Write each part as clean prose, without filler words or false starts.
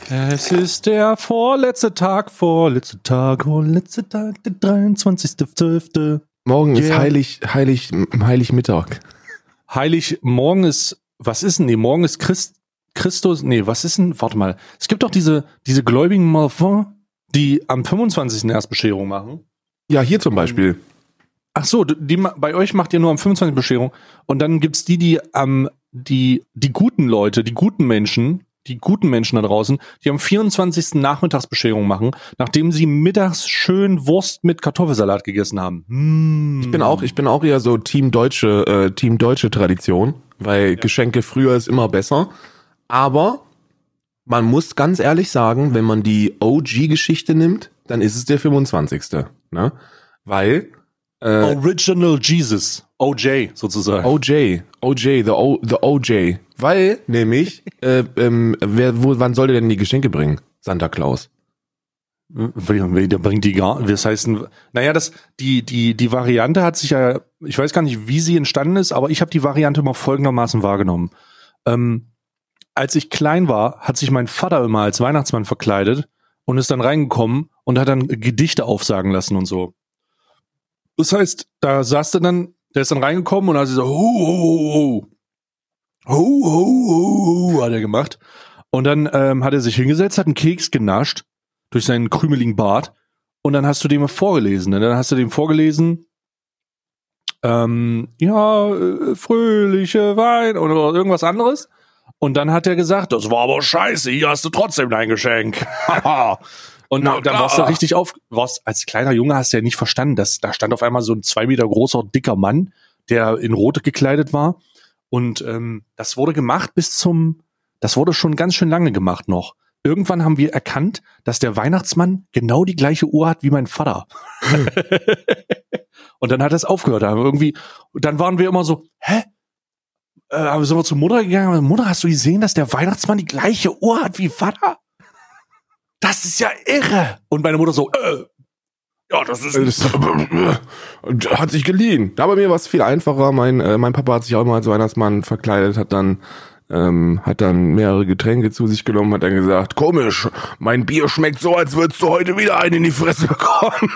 Es ist der vorletzte Tag, der 23.12. Morgen ist Heiligmittag. Morgen ist, was ist denn? Nee, morgen ist Christus, nee, was ist denn? Warte mal. Es gibt doch diese gläubigen Malfons, die am 25. erst Bescherung machen. Ja, hier zum Beispiel. Ach so, bei euch macht ihr nur am 25. Bescherung. Und dann gibt's die guten Leute, die guten Menschen da draußen, die am 24. Nachmittagsbescherung machen, nachdem sie mittags schön Wurst mit Kartoffelsalat gegessen haben. Ich bin auch eher so Team deutsche Tradition, weil Geschenke früher ist immer besser. Aber man muss ganz ehrlich sagen, wenn man die OG-Geschichte nimmt, dann ist es der 25. Ne? Weil Original Jesus. OJ sozusagen. OJ, the OJ. Weil, nämlich, wann soll der denn die Geschenke bringen? Santa Claus. Der bringt die gar, das heißt, naja, die Variante hat sich ja, ich weiß gar nicht, wie sie entstanden ist, aber ich habe die Variante immer folgendermaßen wahrgenommen. Als ich klein war, hat sich mein Vater immer als Weihnachtsmann verkleidet und ist dann reingekommen und hat dann Gedichte aufsagen lassen und so. Das heißt, da saß der ist dann reingekommen und hat so, ho, hat er gemacht. Und dann hat er sich hingesetzt, hat einen Keks genascht durch seinen krümeligen Bart und dann hast du dem vorgelesen. Und dann hast du dem vorgelesen, fröhliche Wein oder irgendwas anderes. Und dann hat er gesagt, das war aber scheiße, hier hast du trotzdem dein Geschenk. Und dann warst du richtig als kleiner Junge hast du ja nicht verstanden, da stand auf einmal so ein 2 Meter großer, dicker Mann, der in Rot gekleidet war. Und das wurde gemacht das wurde schon ganz schön lange gemacht noch. Irgendwann haben wir erkannt, dass der Weihnachtsmann genau die gleiche Uhr hat wie mein Vater. Und dann hat es aufgehört. Dann waren wir immer so, sind wir zur Mutter gegangen. Mutter, hast du gesehen, dass der Weihnachtsmann die gleiche Uhr hat wie Vater? Das ist ja irre. Und meine Mutter so, ja, das hat sich geliehen. Da bei mir war es viel einfacher. Mein Papa hat sich auch immer als Weihnachtsmann verkleidet, hat dann mehrere Getränke zu sich genommen, hat dann gesagt, komisch, mein Bier schmeckt so, als würdest du heute wieder einen in die Fresse bekommen.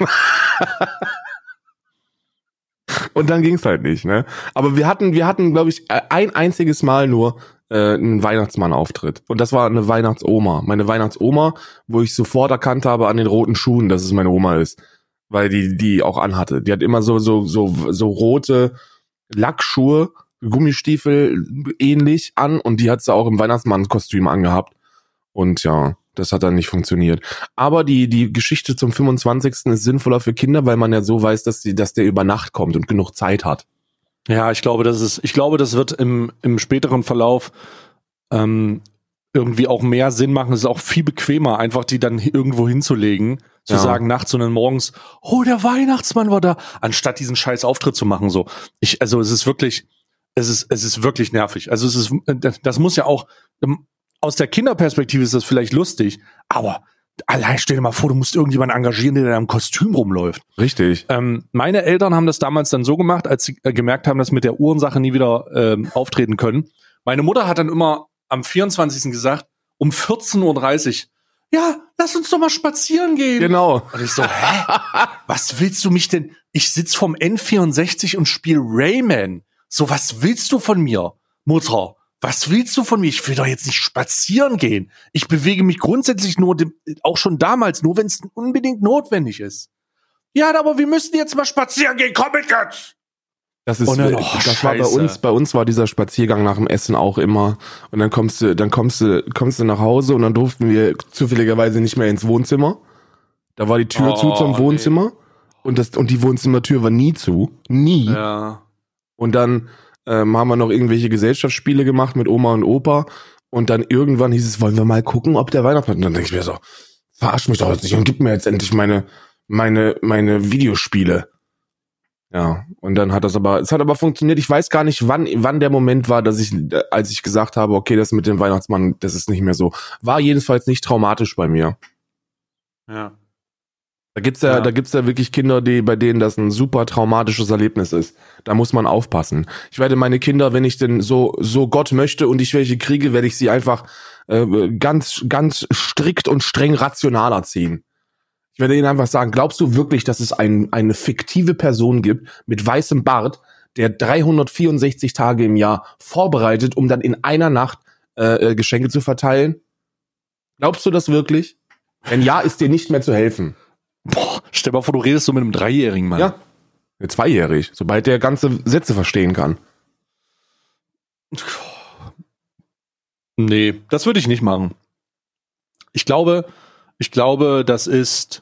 Und dann ging's halt nicht, ne? Aber wir hatten, glaube ich, ein einziges Mal nur einen Weihnachtsmann-Auftritt. Und das war eine Weihnachtsoma. Meine Weihnachtsoma, wo ich sofort erkannt habe an den roten Schuhen, dass es meine Oma ist. Weil die auch anhatte. Die hat immer so rote Lackschuhe, Gummistiefel ähnlich an und die hat sie auch im Weihnachtsmann-Kostüm angehabt. Und ja, das hat dann nicht funktioniert. Aber die Geschichte zum 25. ist sinnvoller für Kinder, weil man ja so weiß, dass der über Nacht kommt und genug Zeit hat. Ja, ich glaube, das wird im späteren Verlauf irgendwie auch mehr Sinn machen. Es ist auch viel bequemer, einfach die dann irgendwo hinzulegen, zu sagen nachts und dann morgens, oh, der Weihnachtsmann war da, anstatt diesen scheiß Auftritt zu machen. So, es ist wirklich nervig. Also das muss ja auch, aus der Kinderperspektive ist das vielleicht lustig, aber allein stell dir mal vor, du musst irgendjemanden engagieren, der in einem Kostüm rumläuft. Richtig. Meine Eltern haben das damals dann so gemacht, als sie gemerkt haben, dass mit der Uhrensache nie wieder auftreten können. Meine Mutter hat dann immer am 24. gesagt, um 14.30 Uhr, ja, lass uns doch mal spazieren gehen. Genau. Und ich so, was willst du mich denn? Ich sitz vom N64 und spiele Rayman. So, was willst du von mir, Mutter? Was willst du von mir? Ich will doch jetzt nicht spazieren gehen. Ich bewege mich grundsätzlich nur, auch schon damals, nur wenn es unbedingt notwendig ist. Ja, aber wir müssen jetzt mal spazieren gehen. Komm mit jetzt! Das war bei uns war dieser Spaziergang nach dem Essen auch immer. Und dann kommst du nach Hause und dann durften wir zufälligerweise nicht mehr ins Wohnzimmer. Da war die Tür zu zum Wohnzimmer. Nee. Und die Wohnzimmertür war nie zu. Nie. Ja. Und dann haben wir noch irgendwelche Gesellschaftsspiele gemacht mit Oma und Opa. Und dann irgendwann hieß es, wollen wir mal gucken, ob der Weihnachtsmann... Und dann denke ich mir so, verarsch mich doch jetzt nicht und gib mir jetzt endlich meine Videospiele. Ja, und dann es hat aber funktioniert. Ich weiß gar nicht, wann der Moment war, als ich gesagt habe, okay, das mit dem Weihnachtsmann, das ist nicht mehr so. War jedenfalls nicht traumatisch bei mir. Ja. Da gibt's ja wirklich Kinder, bei denen das ein super traumatisches Erlebnis ist. Da muss man aufpassen. Ich werde meine Kinder, wenn ich denn so Gott möchte und ich welche kriege, werde ich sie einfach ganz, ganz strikt und streng rational erziehen. Ich werde ihnen einfach sagen, glaubst du wirklich, dass es eine fiktive Person gibt mit weißem Bart, der 364 Tage im Jahr vorbereitet, um dann in einer Nacht Geschenke zu verteilen? Glaubst du das wirklich? Wenn ja, ist dir nicht mehr zu helfen. Boah, stell mal vor, du redest so mit einem 3-jährigen Mann. Ja, 2-jährig, sobald der ganze Sätze verstehen kann. Nee, das würde ich nicht machen. Ich glaube, das ist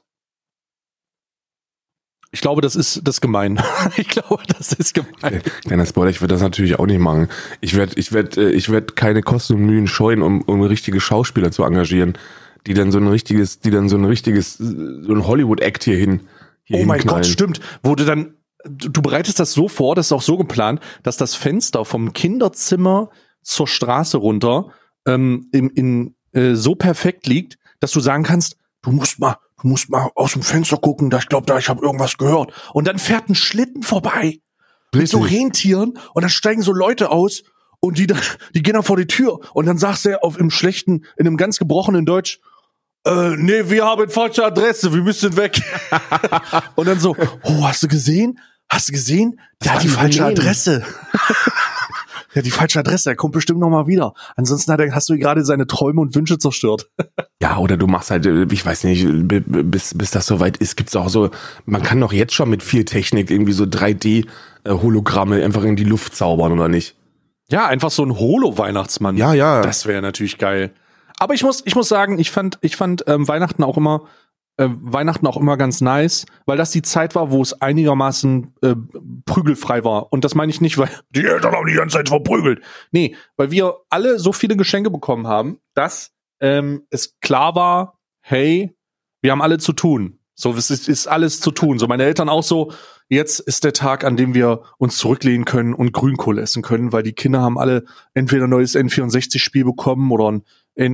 gemein. Ich glaube, das ist gemein. Kleiner Spoiler, ich würde das natürlich auch nicht machen. Ich werd keine Kosten und Mühen scheuen, um richtige Schauspieler zu engagieren, die dann so ein Hollywood-Act hier oh mein Gott, stimmt. Du bereitest das so vor, das ist auch so geplant, dass das Fenster vom Kinderzimmer zur Straße runter so perfekt liegt, dass du sagen kannst, du musst mal aus dem Fenster gucken, ich habe irgendwas gehört. Und dann fährt ein Schlitten vorbei mit so Rentieren und dann steigen so Leute aus und die gehen dann vor die Tür und dann sagst du in einem ganz gebrochenen Deutsch, nee, wir haben falsche Adresse, wir müssen weg. Und dann so, oh, hast du gesehen? Der hat die falsche Adresse. Der hat die falsche Adresse, der kommt bestimmt noch mal wieder. Ansonsten hast du gerade seine Träume und Wünsche zerstört. Ja, oder du machst halt, ich weiß nicht, bis das soweit ist, gibt's auch so, man kann doch jetzt schon mit viel Technik irgendwie so 3D-Hologramme einfach in die Luft zaubern, oder nicht? Ja, einfach so ein Holo-Weihnachtsmann. Ja. Das wäre natürlich geil. Aber ich muss sagen, ich fand Weihnachten auch immer ganz nice, weil das die Zeit war, wo es einigermaßen prügelfrei war. Und das meine ich nicht, weil die Eltern haben die ganze Zeit verprügelt. Nee, weil wir alle so viele Geschenke bekommen haben, dass es klar war, hey, wir haben alle zu tun. So, es ist alles zu tun. So, meine Eltern auch so, jetzt ist der Tag, an dem wir uns zurücklehnen können und Grünkohl essen können, weil die Kinder haben alle entweder ein neues N64-Spiel bekommen oder ein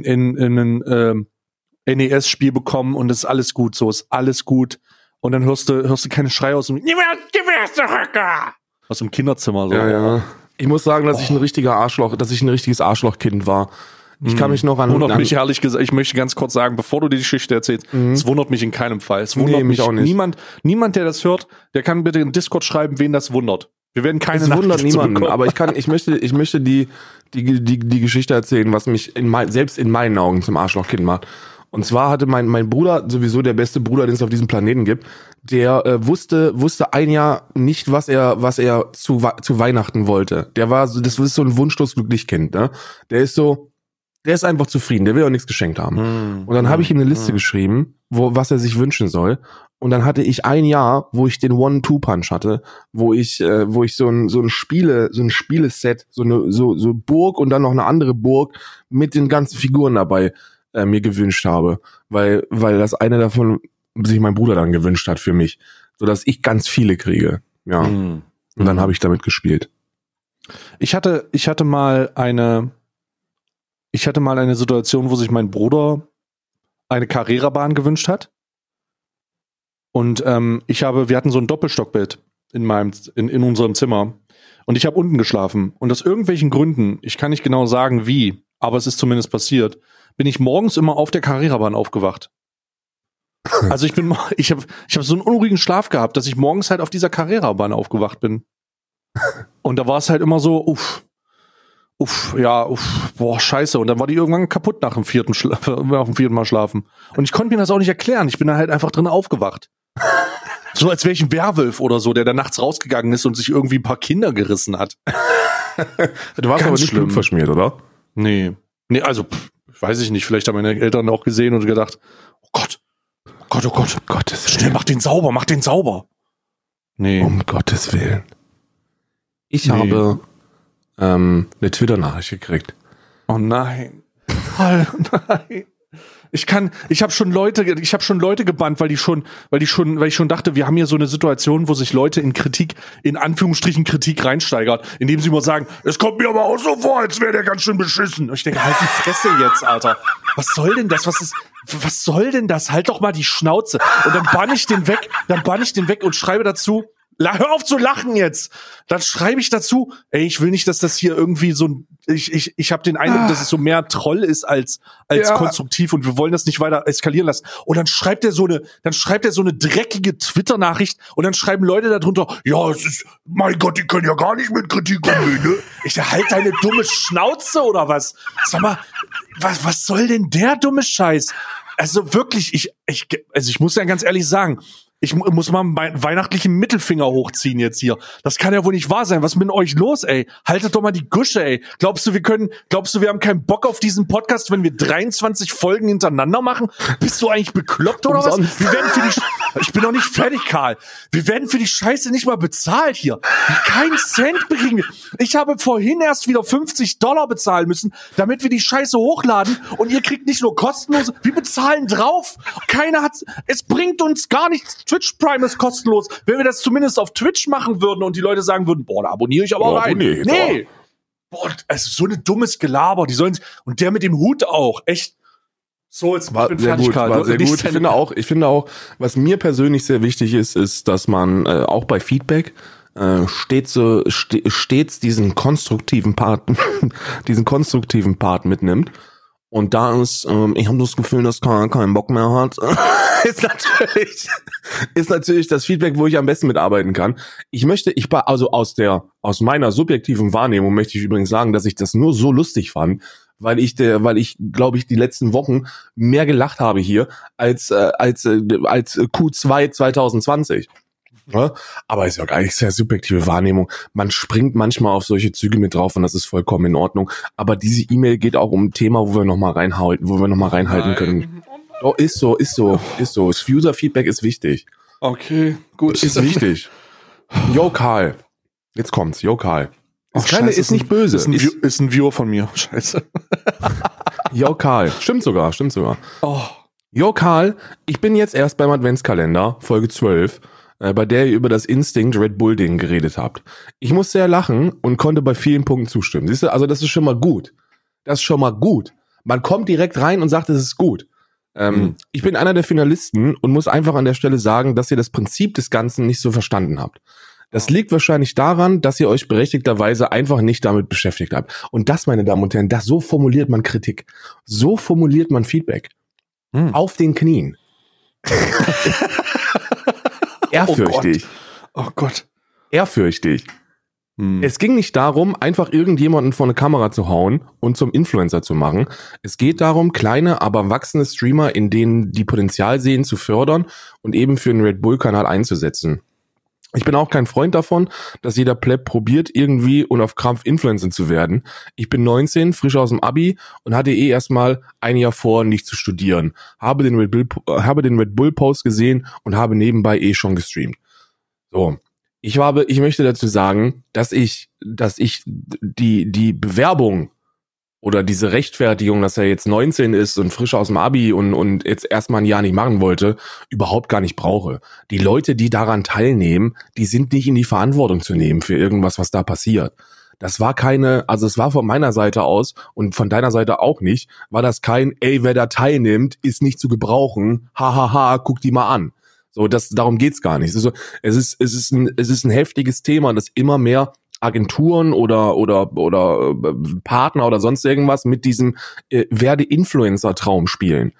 NES-Spiel bekommen und es ist alles gut, so ist alles gut. Und dann hörst du keine Schreie aus dem Kinderzimmer. So. Ja. Ich muss sagen, dass ich ein richtiges Arschlochkind war. Ich kann mich noch an... Wundert mich ehrlich gesagt, ich möchte ganz kurz sagen, bevor du die Geschichte erzählst, es wundert mich in keinem Fall. Es wundert mich auch nicht. Niemand, der das hört, der kann bitte in Discord schreiben, wen das wundert. Wir werden keine Nachricht wundert niemanden, bekommen. Aber ich möchte die Geschichte erzählen, was mich selbst in meinen Augen zum Arschlochkind macht. Und zwar hatte mein Bruder, sowieso der beste Bruder, den es auf diesem Planeten gibt, der wusste ein Jahr nicht, was er zu Weihnachten wollte. Das ist so ein wunschlos glücklich Kind, ne? Der ist einfach zufrieden, der will auch nichts geschenkt haben. Und dann habe ich ihm eine Liste geschrieben, was er sich wünschen soll. Und dann hatte ich ein Jahr, wo ich den One-Two-Punch hatte, wo ich so ein Spieleset, so Burg und dann noch eine andere Burg mit den ganzen Figuren dabei mir gewünscht habe, weil das eine davon sich mein Bruder dann gewünscht hat für mich, so dass ich ganz viele kriege. Ja. Und dann habe ich damit gespielt. Ich hatte mal eine Situation, wo sich mein Bruder eine Carrera-Bahn gewünscht hat. Und wir hatten so ein Doppelstockbett in unserem Zimmer. Und ich habe unten geschlafen. Und aus irgendwelchen Gründen, ich kann nicht genau sagen wie, aber es ist zumindest passiert, bin ich morgens immer auf der Carrera-Bahn aufgewacht. Also ich habe so einen unruhigen Schlaf gehabt, dass ich morgens halt auf dieser Carrera-Bahn aufgewacht bin. Und da war es halt immer so, boah, scheiße. Und dann war die irgendwann kaputt nach dem vierten Mal schlafen. Und ich konnte mir das auch nicht erklären. Ich bin da halt einfach drin aufgewacht. So als wäre ich ein Werwolf oder so, der da nachts rausgegangen ist und sich irgendwie ein paar Kinder gerissen hat. Du warst aber nicht schlimm verschmiert, oder? Nee, also, weiß ich nicht. Vielleicht haben meine Eltern auch gesehen und gedacht, oh Gott. Schnell, mach den sauber. Nee. Um Gottes Willen. Ich habe eine Twitter-Nachricht gekriegt. Oh nein. Oh nein. Ich habe schon Leute gebannt, weil ich schon dachte, wir haben hier so eine Situation, wo sich Leute in Anführungsstrichen Kritik reinsteigern, indem sie immer sagen, es kommt mir aber auch so vor, als wäre der ganz schön beschissen. Und ich denke, halt die Fresse jetzt, Alter. Was soll denn das? was soll denn das? Halt doch mal die Schnauze. Und dann bann ich den weg und schreibe dazu, hör auf zu lachen jetzt. Dann schreibe ich dazu, ey, ich will nicht, dass das hier irgendwie so ein, ich habe den Eindruck, dass es so mehr Troll ist als konstruktiv und wir wollen das nicht weiter eskalieren lassen. Und dann schreibt er so eine dreckige Twitter-Nachricht und dann schreiben Leute darunter, ja, es ist, mein Gott, die können ja gar nicht mit Kritik umgehen, ne? Ich sag, halt deine dumme Schnauze oder was? Sag mal, was soll denn der dumme Scheiß? Also wirklich, ich muss ja ganz ehrlich sagen, ich muss mal meinen weihnachtlichen Mittelfinger hochziehen jetzt hier. Das kann ja wohl nicht wahr sein. Was ist mit euch los, ey? Haltet doch mal die Gusche, ey. Glaubst du, wir haben keinen Bock auf diesen Podcast, wenn wir 23 Folgen hintereinander machen? Bist du eigentlich bekloppt oder was? Ich bin noch nicht fertig, Karl. Wir werden für die Scheiße nicht mal bezahlt hier. Kein Cent kriegen wir. Ich habe vorhin erst wieder $50 bezahlen müssen, damit wir die Scheiße hochladen und ihr kriegt nicht nur kostenlos, wir bezahlen drauf. Es bringt uns gar nichts. Twitch Prime ist kostenlos. Wenn wir das zumindest auf Twitch machen würden und die Leute sagen würden, boah, da abonniere ich aber rein. Nee. Boah, also so ein dummes Gelaber. Und der mit dem Hut auch. Echt. So, jetzt war sehr gut, war sehr gut. Ich finde auch, was mir persönlich sehr wichtig ist, dass man auch bei Feedback stets diesen konstruktiven Part mitnimmt. Und da ist, ich habe das Gefühl, dass Karl keinen Bock mehr hat, ist natürlich das Feedback, wo ich am besten mitarbeiten kann. Aus meiner subjektiven Wahrnehmung möchte ich übrigens sagen, dass ich das nur so lustig fand, weil ich, glaube ich, die letzten Wochen mehr gelacht habe hier als Q2 2020. Ja, aber ist ja gar nicht sehr subjektive Wahrnehmung. Man springt manchmal auf solche Züge mit drauf und das ist vollkommen in Ordnung. Aber diese E-Mail geht auch um ein Thema, wo wir noch mal reinhalten können. Oh, ist so. Das User-Feedback ist wichtig. Okay, gut. Ist wichtig. Yo, Karl. Jetzt kommt's. Yo, Karl. Ist nicht böse. Ist ein Viewer von mir. Scheiße. Yo, Karl. Stimmt sogar. Oh. Yo, Karl. Ich bin jetzt erst beim Adventskalender, Folge 12. Bei der ihr über das Instinct Red Bull Ding geredet habt. Ich musste sehr lachen und konnte bei vielen Punkten zustimmen. Siehst du, also das ist schon mal gut. Man kommt direkt rein und sagt, es ist gut. Ich bin einer der Finalisten und muss einfach an der Stelle sagen, dass ihr das Prinzip des Ganzen nicht so verstanden habt. Das liegt wahrscheinlich daran, dass ihr euch berechtigterweise einfach nicht damit beschäftigt habt. Und das, meine Damen und Herren, so formuliert man Kritik. So formuliert man Feedback. Auf den Knien. Ehrfürchtig. Oh Gott. Ehrfürchtig. Es ging nicht darum, einfach irgendjemanden vor eine Kamera zu hauen und zum Influencer zu machen. Es geht darum, kleine, aber wachsende Streamer, in denen die Potenzial sehen, zu fördern und eben für den Red Bull-Kanal einzusetzen. Ich bin auch kein Freund davon, dass jeder Pleb probiert, irgendwie und auf Krampf Influencer zu werden. Ich bin 19, frisch aus dem Abi und hatte erstmal ein Jahr vor, nicht zu studieren. Habe den Red Bull Post gesehen und habe nebenbei schon gestreamt. So. Ich möchte dazu sagen, dass ich die Bewerbung oder diese Rechtfertigung, dass er jetzt 19 ist und frisch aus dem Abi und jetzt erstmal ein Jahr nicht machen wollte, überhaupt gar nicht brauche. Die Leute, die daran teilnehmen, die sind nicht in die Verantwortung zu nehmen für irgendwas, was da passiert. Es war von meiner Seite aus und von deiner Seite auch nicht, war das kein, wer da teilnimmt, ist nicht zu gebrauchen, hahaha, guck die mal an. So, darum geht's gar nicht. Also, es ist ein heftiges Thema, das immer mehr Agenturen oder Partner oder sonst irgendwas mit diesem Werde-Influencer-Traum spielen.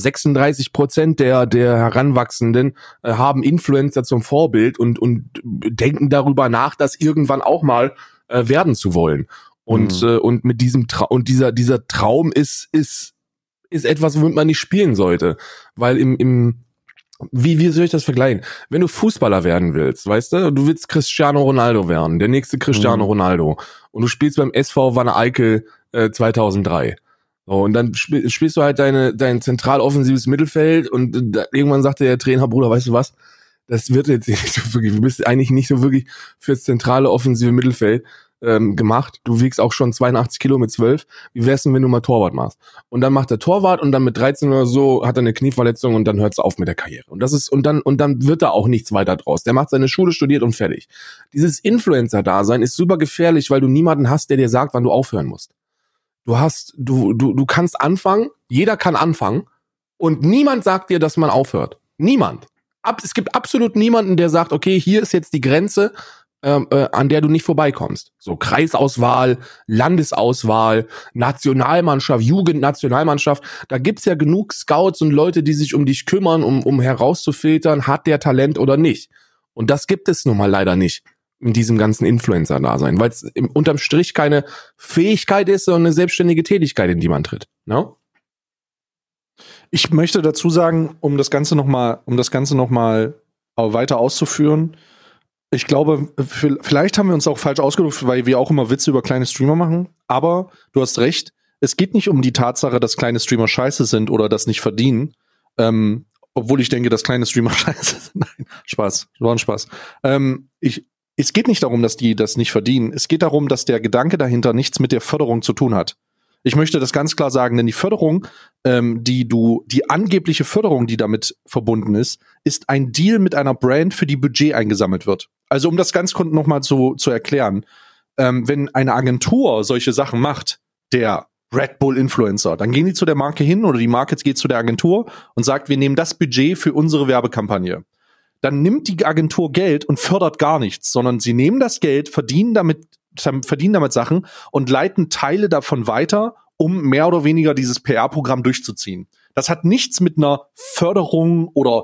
36% der Heranwachsenden haben Influencer zum Vorbild und denken darüber nach, das irgendwann auch mal werden zu wollen. Und mit diesem dieser Traum ist etwas, womit man nicht spielen sollte, weil wie soll ich das vergleichen? Wenn du Fußballer werden willst, weißt du willst Cristiano Ronaldo werden, der nächste Cristiano Ronaldo, und du spielst beim SV Wanne Eickel 2003. So, und dann spielst du halt dein zentral offensives Mittelfeld und irgendwann sagte der Trainer, Bruder, weißt du was? Das wird jetzt nicht so wirklich, du bist eigentlich nicht so wirklich fürs zentrale offensive Mittelfeld gemacht. Du wiegst auch schon 82 Kilo mit 12. Wie wär's denn, wenn du mal Torwart machst? Und dann macht der Torwart und dann mit 13 oder so hat er eine Knieverletzung und dann hört's auf mit der Karriere. Und dann wird da auch nichts weiter draus. Der macht seine Schule, studiert und fertig. Dieses Influencer-Dasein ist super gefährlich, weil du niemanden hast, der dir sagt, wann du aufhören musst. Du kannst anfangen, jeder kann anfangen Und niemand sagt dir, dass man aufhört. Niemand. Es gibt absolut niemanden, der sagt, okay, hier ist jetzt die Grenze, an der du nicht vorbeikommst. So Kreisauswahl, Landesauswahl, Nationalmannschaft, Jugendnationalmannschaft. Da gibt's ja genug Scouts und Leute, die sich um dich kümmern, um herauszufiltern, hat der Talent oder nicht. Und das gibt es nun mal leider nicht in diesem ganzen Influencer-Dasein, weil es unterm Strich keine Fähigkeit ist, sondern eine selbstständige Tätigkeit, in die man tritt. No? Ich möchte dazu sagen, um das Ganze noch mal weiter auszuführen, ich glaube, vielleicht haben wir uns auch falsch ausgedrückt, weil wir auch immer Witze über kleine Streamer machen. Aber du hast recht, es geht nicht um die Tatsache, dass kleine Streamer scheiße sind oder das nicht verdienen. Obwohl ich denke, dass kleine Streamer scheiße sind. Nein, Spaß, war ein Spaß. Es geht nicht darum, dass die das nicht verdienen. Es geht darum, dass der Gedanke dahinter nichts mit der Förderung zu tun hat. Ich möchte das ganz klar sagen, denn die Förderung, die angebliche Förderung, die damit verbunden ist ein Deal mit einer Brand, für die Budget eingesammelt wird. Also um das ganz kurz nochmal zu erklären, wenn eine Agentur solche Sachen macht, der Red Bull Influencer, dann gehen die zu der Marke hin oder die Marke geht zu der Agentur und sagt, wir nehmen das Budget für unsere Werbekampagne. Dann nimmt die Agentur Geld und fördert gar nichts, sondern sie nehmen das Geld, verdienen damit Sachen und leiten Teile davon weiter, um mehr oder weniger dieses PR-Programm durchzuziehen. Das hat nichts mit einer Förderung oder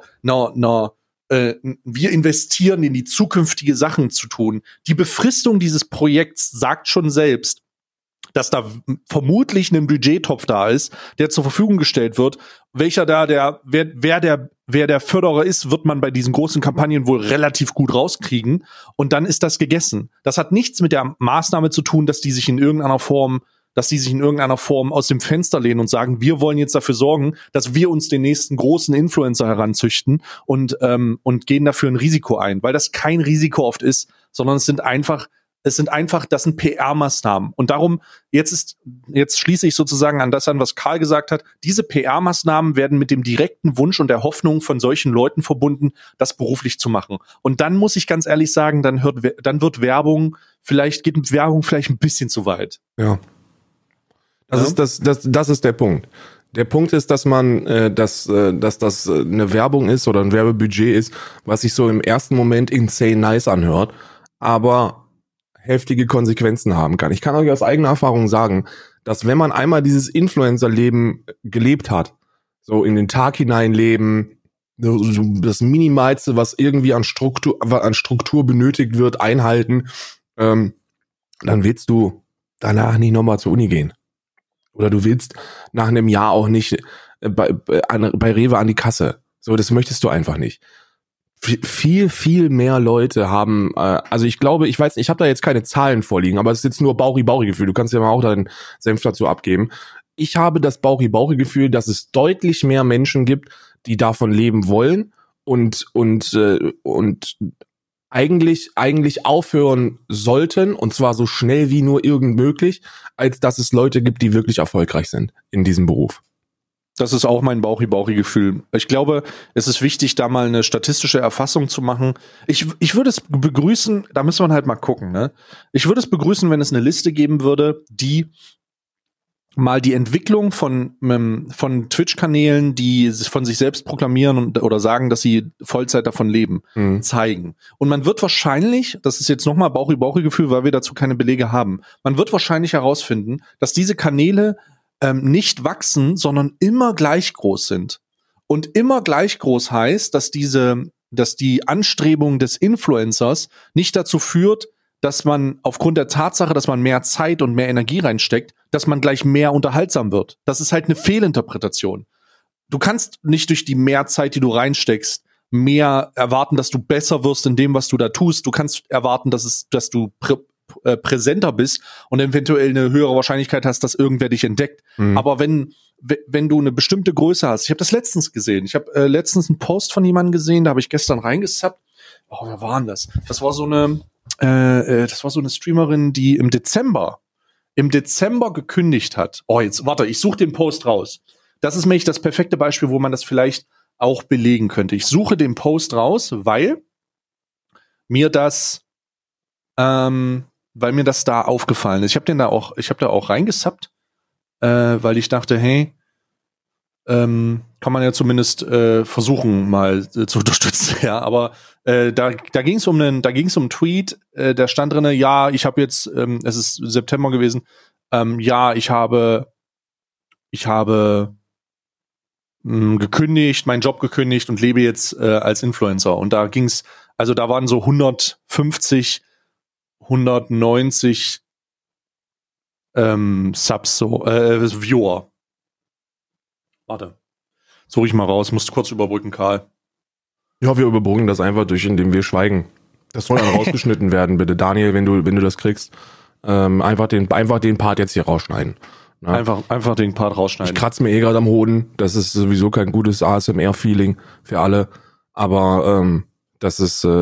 wir investieren in die zukünftige Sachen zu tun. Die Befristung dieses Projekts sagt schon selbst, dass da vermutlich ein Budgettopf da ist, der zur Verfügung gestellt wird. Wer der Förderer ist, wird man bei diesen großen Kampagnen wohl relativ gut rauskriegen. Und dann ist das gegessen. Das hat nichts mit der Maßnahme zu tun, dass die sich in irgendeiner Form aus dem Fenster lehnen und sagen, wir wollen jetzt dafür sorgen, dass wir uns den nächsten großen Influencer heranzüchten und gehen dafür ein Risiko ein, weil das kein Risiko oft ist, sondern das sind PR-Maßnahmen. Und darum, jetzt schließe ich sozusagen an das an, was Karl gesagt hat. Diese PR-Maßnahmen werden mit dem direkten Wunsch und der Hoffnung von solchen Leuten verbunden, das beruflich zu machen. Und dann muss ich ganz ehrlich sagen, dann geht Werbung vielleicht ein bisschen zu weit. Ja. Das ist der Punkt. Der Punkt ist, dass dass das eine Werbung ist oder ein Werbebudget ist, was sich so im ersten Moment insane nice anhört, aber heftige Konsequenzen haben kann. Ich kann euch aus eigener Erfahrung sagen, dass wenn man einmal dieses Influencer-Leben gelebt hat, so in den Tag hinein leben, so das Minimalste, was irgendwie an Struktur benötigt wird, einhalten, dann willst du danach nicht nochmal zur Uni gehen. Oder du willst nach einem Jahr auch nicht bei Rewe an die Kasse. So, das möchtest du einfach nicht. Viel, viel mehr Leute haben, also ich glaube, ich weiß nicht, ich habe da jetzt keine Zahlen vorliegen, aber es ist jetzt nur Bauchi-Bauchi-Gefühl. Du kannst ja mal auch deinen Senf dazu abgeben. Ich habe das Bauchi-Bauchi-Gefühl, dass es deutlich mehr Menschen gibt, die davon leben wollen und eigentlich aufhören sollten, und zwar so schnell wie nur irgend möglich, als dass es Leute gibt, die wirklich erfolgreich sind in diesem Beruf. Das ist auch mein Bauchi-Bauchi-Gefühl. Ich glaube, es ist wichtig, da mal eine statistische Erfassung zu machen. Ich würde es begrüßen, da müssen wir halt mal gucken, ne? Ich würde es begrüßen, wenn es eine Liste geben würde, die mal die Entwicklung von Twitch-Kanälen, die von sich selbst proklamieren oder sagen, dass sie Vollzeit davon leben, zeigen. Und man wird wahrscheinlich, das ist jetzt nochmal Bauchi-Bauchi-Gefühl, weil wir dazu keine Belege haben, man wird wahrscheinlich herausfinden, dass diese Kanäle nicht wachsen, sondern immer gleich groß sind. Und immer gleich groß heißt, dass die Anstrebung des Influencers nicht dazu führt, dass man aufgrund der Tatsache, dass man mehr Zeit und mehr Energie reinsteckt, dass man gleich mehr unterhaltsam wird. Das ist halt eine Fehlinterpretation. Du kannst nicht durch die mehr Zeit, die du reinsteckst, mehr erwarten, dass du besser wirst in dem, was du da tust. Du kannst erwarten, dass du präsenter bist und eventuell eine höhere Wahrscheinlichkeit hast, dass irgendwer dich entdeckt. Aber wenn du eine bestimmte Größe hast, ich habe das letztens gesehen, ich habe letztens einen Post von jemandem gesehen, da habe ich gestern reingesappt. Oh, wer war denn das? Das war so eine Streamerin, die im Dezember gekündigt hat. Oh, jetzt, warte, ich suche den Post raus. Das ist nämlich das perfekte Beispiel, wo man das vielleicht auch belegen könnte. Ich suche den Post raus, weil mir das da aufgefallen ist. Ich habe da auch reingesappt, weil ich dachte, hey, kann man ja zumindest versuchen, mal zu unterstützen. Ja, aber da ging es um einen Tweet, da stand drinne, ja, ich habe jetzt, es ist September gewesen, ja, ich habe gekündigt, meinen Job gekündigt und lebe jetzt als Influencer. Und da ging's, also da waren so 150, 190 Subs, so Viewer. Warte. Suche ich mal raus, musst kurz überbrücken, Karl. Ja, wir überbrücken das einfach durch, indem wir schweigen. Das soll dann rausgeschnitten werden, bitte. Daniel, wenn du das kriegst, einfach den Part jetzt hier rausschneiden. Ja. Einfach den Part rausschneiden. Ich kratze mir eh gerade am Hoden. Das ist sowieso kein gutes ASMR-Feeling für alle. Aber das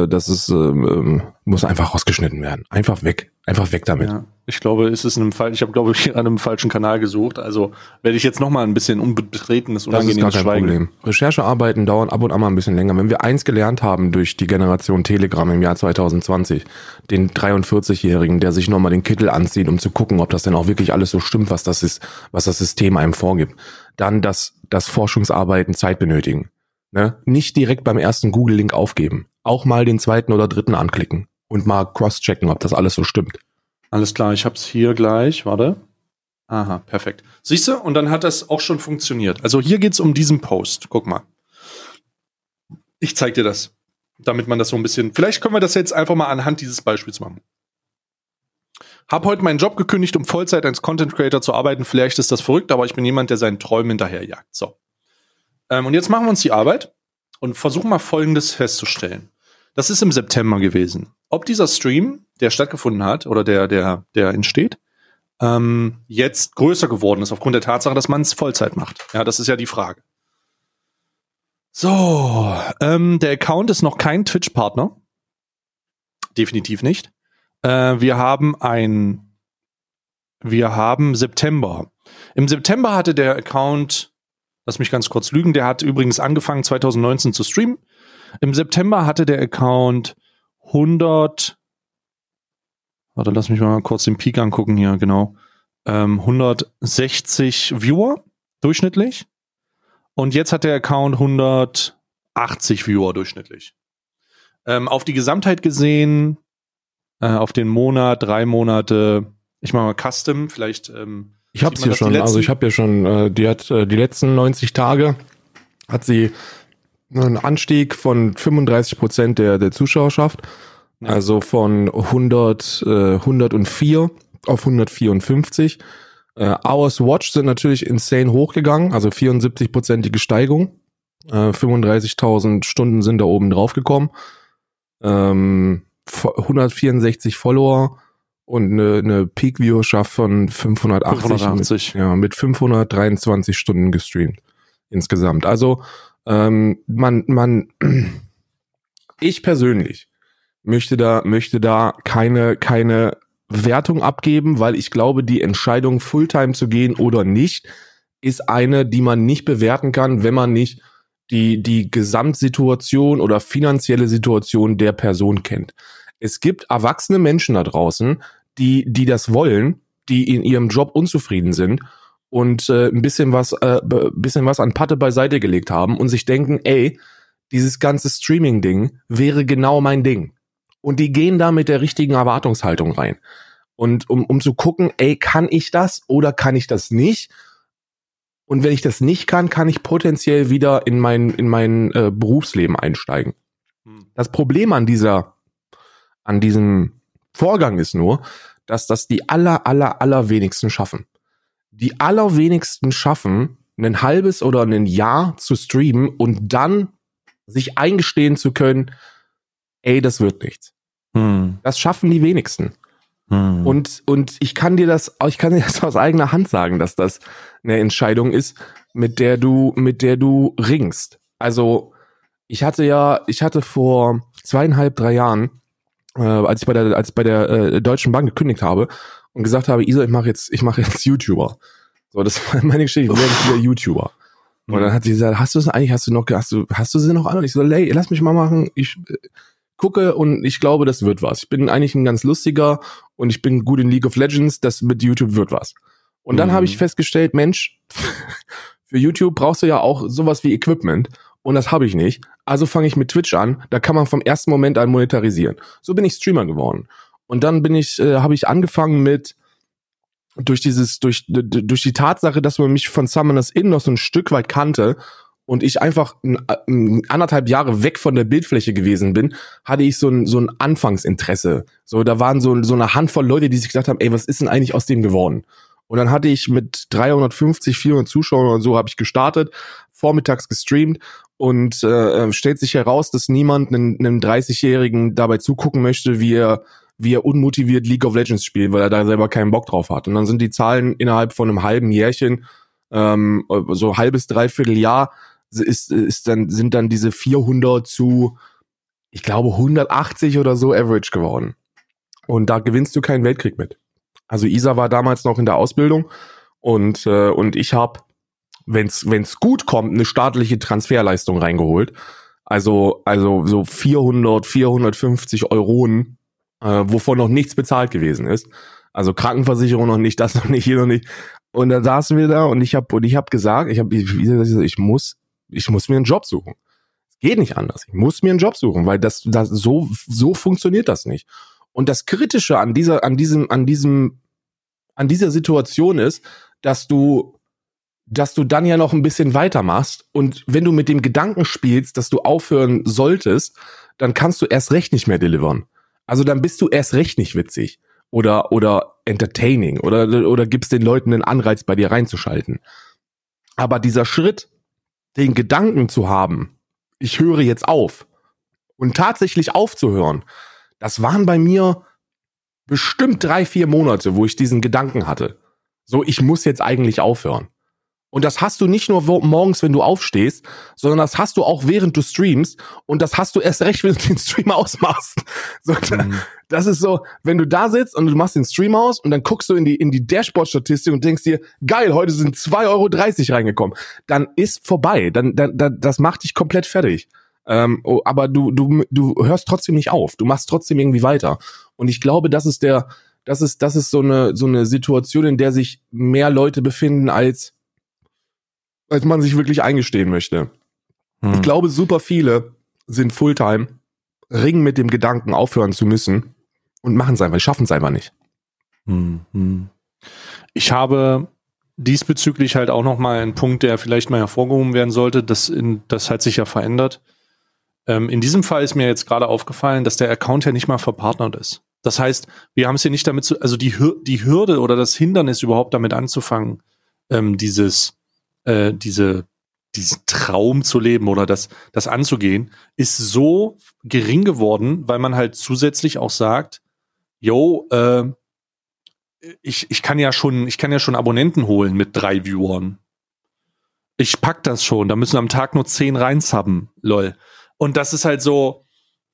muss einfach rausgeschnitten werden. Einfach weg damit. Ja, ich glaube, ich habe, glaube ich, an einem falschen Kanal gesucht. Also werde ich jetzt noch mal ein bisschen unbetretenes, unangenehmes Das ist gar kein Problem. Recherchearbeiten dauern ab und an mal ein bisschen länger. Wenn wir eins gelernt haben durch die Generation Telegram im Jahr 2020, den 43-Jährigen, der sich nochmal den Kittel anzieht, um zu gucken, ob das denn auch wirklich alles so stimmt, was das System einem vorgibt, dann das Forschungsarbeiten Zeit benötigen. Ne? Nicht direkt beim ersten Google-Link aufgeben. Auch mal den zweiten oder dritten anklicken und mal cross-checken, ob das alles so stimmt. Alles klar, ich hab's hier gleich. Warte. Aha, perfekt. Siehst du? Und dann hat das auch schon funktioniert. Also hier geht's um diesen Post. Guck mal. Ich zeig dir das, damit man das so ein bisschen... Vielleicht können wir das jetzt einfach mal anhand dieses Beispiels machen. Hab heute meinen Job gekündigt, um Vollzeit als Content Creator zu arbeiten. Vielleicht ist das verrückt, aber ich bin jemand, der seinen Träumen hinterherjagt. So. Und jetzt machen wir uns die Arbeit und versuchen mal Folgendes festzustellen. Das ist im September gewesen. Ob dieser Stream, der stattgefunden hat, oder der entsteht, jetzt größer geworden ist, aufgrund der Tatsache, dass man es Vollzeit macht. Ja, das ist ja die Frage. So, der Account ist noch kein Twitch-Partner. Definitiv nicht. Wir haben September. Im September hatte der Account, lass mich ganz kurz lügen, der hat übrigens angefangen 2019 zu streamen. Im September hatte der Account 100, warte, lass mich mal kurz den Peak angucken hier, genau. 160 Viewer durchschnittlich. Und jetzt hat der Account 180 Viewer durchschnittlich. Auf die Gesamtheit gesehen, auf den Monat, 3 Monate, ich mache mal Custom, vielleicht. Ich hab's hier schon, also ich habe ja schon, die hat die letzten 90 Tage hat sie einen Anstieg von 35% der Zuschauerschaft, ja. Also von 104 auf 154. Hours Watch sind natürlich insane hochgegangen, also 74%ige Steigung. 35.000 Stunden sind da oben drauf gekommen. 164 Follower und eine Peak-Viewerschaft von 580. Mit 523 Stunden gestreamt insgesamt. Also ich persönlich möchte da keine Wertung abgeben, weil ich glaube, die Entscheidung Fulltime zu gehen oder nicht ist eine, die man nicht bewerten kann, wenn man nicht die Gesamtsituation oder finanzielle Situation der Person kennt. Es gibt erwachsene Menschen da draußen, die das wollen, die in ihrem Job unzufrieden sind und ein bisschen was an Patte beiseite gelegt haben und sich denken, ey, dieses ganze Streaming-Ding wäre genau mein Ding. Und die gehen da mit der richtigen Erwartungshaltung rein. Und um zu gucken, ey, kann ich das oder kann ich das nicht? Und wenn ich das nicht kann ich potenziell wieder in mein Berufsleben einsteigen. Das Problem an diesem Vorgang ist nur, dass das die allerwenigsten schaffen. Die allerwenigsten schaffen, ein halbes oder ein Jahr zu streamen und dann sich eingestehen zu können, ey, das wird nichts. Das schaffen die wenigsten. Und ich kann dir das aus eigener Hand sagen, dass das eine Entscheidung ist, mit der du ringst. Also ich hatte vor 2,5-3 Jahren, als ich bei der Deutschen Bank gekündigt habe und gesagt habe, Isa, ich mache jetzt YouTuber. So, das war meine Geschichte, ich werde wieder YouTuber. Und dann hat sie gesagt, hast du sie noch an? Und ich so, ey, lass mich mal machen, ich gucke und ich glaube, das wird was. Ich bin eigentlich ein ganz lustiger und ich bin gut in League of Legends, das mit YouTube wird was. Und dann habe ich festgestellt, Mensch, für YouTube brauchst du ja auch sowas wie Equipment. Und das habe ich nicht. Also fange ich mit Twitch an. Da kann man vom ersten Moment an monetarisieren. So bin ich Streamer geworden. Und dann habe ich angefangen mit durch die Tatsache, dass man mich von Summoners Inn noch so ein Stück weit kannte und ich einfach 1,5 Jahre weg von der Bildfläche gewesen bin, hatte ich so ein Anfangsinteresse. So, da waren so eine Handvoll Leute, die sich gesagt haben, ey, was ist denn eigentlich aus dem geworden? Und dann hatte ich mit 350, 400 Zuschauern oder so habe ich gestartet, vormittags gestreamt und stellt sich heraus, dass niemand einem 30-Jährigen dabei zugucken möchte, wie er unmotiviert League of Legends spielt, weil er da selber keinen Bock drauf hat. Und dann sind die Zahlen innerhalb von einem halben Jährchen, so halbes, dreiviertel Jahr, sind dann diese 400 zu, ich glaube, 180 oder so Average geworden. Und da gewinnst du keinen Weltkrieg mit. Also Isa war damals noch in der Ausbildung und ich habe, wenn's gut kommt, eine staatliche Transferleistung reingeholt. Also so 400, 450 Euronen, wovon noch nichts bezahlt gewesen ist. Also Krankenversicherung noch nicht, das noch nicht, hier noch nicht. Und dann saßen wir da und ich hab gesagt, ich muss mir einen Job suchen. Es geht nicht anders. Ich muss mir einen Job suchen, weil das so funktioniert das nicht. Und das Kritische an dieser Situation ist, dass du dann ja noch ein bisschen weitermachst und wenn du mit dem Gedanken spielst, dass du aufhören solltest, dann kannst du erst recht nicht mehr delivern. Also dann bist du erst recht nicht witzig oder entertaining oder gibst den Leuten einen Anreiz, bei dir reinzuschalten. Aber dieser Schritt, den Gedanken zu haben, ich höre jetzt auf und tatsächlich aufzuhören, das waren bei mir bestimmt 3-4 Monate, wo ich diesen Gedanken hatte. So, ich muss jetzt eigentlich aufhören. Und das hast du nicht nur morgens, wenn du aufstehst, sondern das hast du auch während du streamst und das hast du erst recht, wenn du den Stream ausmachst. So, das ist so, wenn du da sitzt und du machst den Stream aus und dann guckst du in die Dashboard-Statistik und denkst dir, geil, heute sind 2,30 € reingekommen. Dann ist vorbei. Dann das macht dich komplett fertig. Aber du hörst trotzdem nicht auf. Du machst trotzdem irgendwie weiter. Und ich glaube, das ist so eine Situation, in der sich mehr Leute befinden, als man sich wirklich eingestehen möchte. Ich glaube, super viele sind Fulltime, ringen mit dem Gedanken, aufhören zu müssen und machen es einfach, schaffen es einfach nicht. Ich habe diesbezüglich halt auch noch mal einen Punkt, der vielleicht mal hervorgehoben werden sollte, das hat sich ja verändert. In diesem Fall ist mir jetzt gerade aufgefallen, dass der Account ja nicht mal verpartnert ist. Das heißt, wir haben es hier nicht damit also die Hürde oder das Hindernis überhaupt damit anzufangen, diesen Traum zu leben oder das anzugehen, ist so gering geworden, weil man halt zusätzlich auch sagt, ich kann ja schon Abonnenten holen mit 3 Viewern. Ich pack das schon, da müssen am Tag nur 10 reinsubben, lol. Und das ist halt so,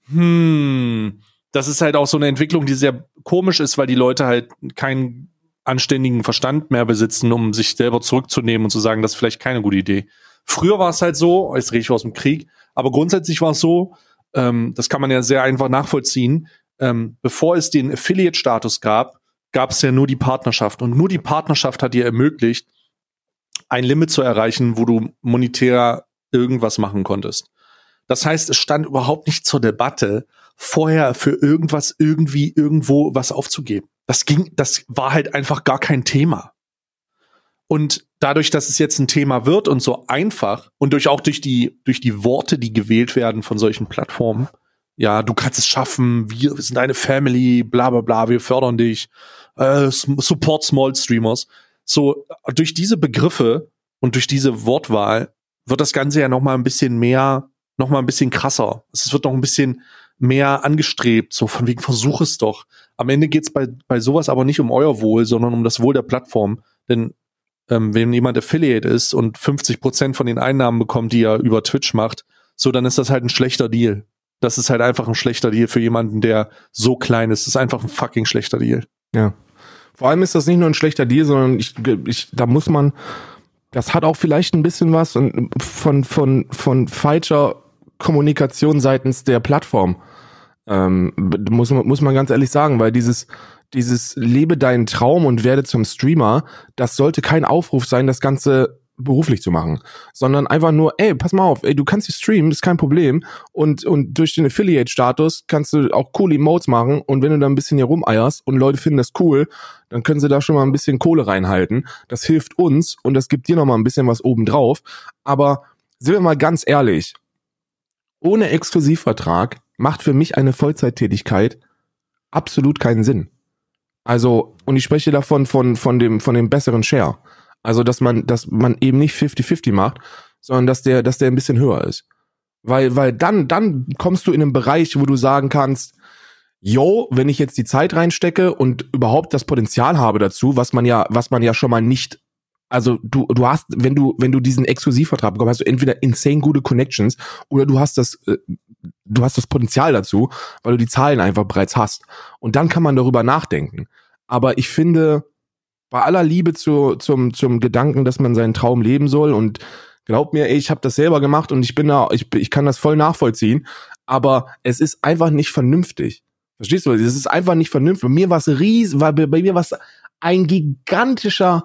das ist halt auch so eine Entwicklung, die sehr komisch ist, weil die Leute halt keinen anständigen Verstand mehr besitzen, um sich selber zurückzunehmen und zu sagen, das ist vielleicht keine gute Idee. Früher war es halt so, jetzt rede ich aus dem Krieg, aber grundsätzlich war es so, das kann man ja sehr einfach nachvollziehen, bevor es den Affiliate-Status gab es ja nur die Partnerschaft und nur die Partnerschaft hat dir ermöglicht, ein Limit zu erreichen, wo du monetär irgendwas machen konntest. Das heißt, es stand überhaupt nicht zur Debatte, vorher für irgendwas irgendwie irgendwo was aufzugeben. Das war halt einfach gar kein Thema. Und dadurch, dass es jetzt ein Thema wird und so einfach und durch die Worte, die gewählt werden von solchen Plattformen, ja, du kannst es schaffen, wir sind eine Family, bla bla bla, wir fördern dich, support Small Streamers. So, durch diese Begriffe und durch diese Wortwahl wird das Ganze ja noch mal ein bisschen krasser. Es wird noch ein bisschen mehr angestrebt, so von wegen, versuch es doch. Am Ende geht's bei sowas aber nicht um euer Wohl, sondern um das Wohl der Plattform. Denn wenn jemand Affiliate ist und 50% von den Einnahmen bekommt, die er über Twitch macht, so, dann ist das halt ein schlechter Deal. Das ist halt einfach ein schlechter Deal für jemanden, der so klein ist. Das ist einfach ein fucking schlechter Deal. Ja. Vor allem ist das nicht nur ein schlechter Deal, sondern da muss man, das hat auch vielleicht ein bisschen was von falscher Kommunikation seitens der Plattform. Muss man ganz ehrlich sagen, weil dieses lebe deinen Traum und werde zum Streamer, das sollte kein Aufruf sein, das Ganze beruflich zu machen, sondern einfach nur, ey, pass mal auf, ey, du kannst hier streamen, ist kein Problem und durch den Affiliate-Status kannst du auch coole Emotes machen und wenn du da ein bisschen hier rumeierst und Leute finden das cool, dann können sie da schon mal ein bisschen Kohle reinhalten. Das hilft uns und das gibt dir noch mal ein bisschen was obendrauf. Aber sind wir mal ganz ehrlich, ohne Exklusivvertrag macht für mich eine Vollzeittätigkeit absolut keinen Sinn. Also, und ich spreche davon von dem besseren Share. Also, dass man eben nicht 50-50 macht, sondern dass der ein bisschen höher ist. Weil dann kommst du in einen Bereich, wo du sagen kannst, yo, wenn ich jetzt die Zeit reinstecke und überhaupt das Potenzial habe dazu, was man ja schon mal nicht, also du hast, wenn du diesen Exklusivvertrag bekommst, hast du entweder insane gute Connections oder du hast das Potenzial dazu, weil du die Zahlen einfach bereits hast. Und dann kann man darüber nachdenken. Aber ich finde, bei aller Liebe zum Gedanken, dass man seinen Traum leben soll und glaub mir, ey, ich habe das selber gemacht und ich kann das voll nachvollziehen, aber es ist einfach nicht vernünftig. Verstehst du? Es ist einfach nicht vernünftig. Bei mir war es ein gigantischer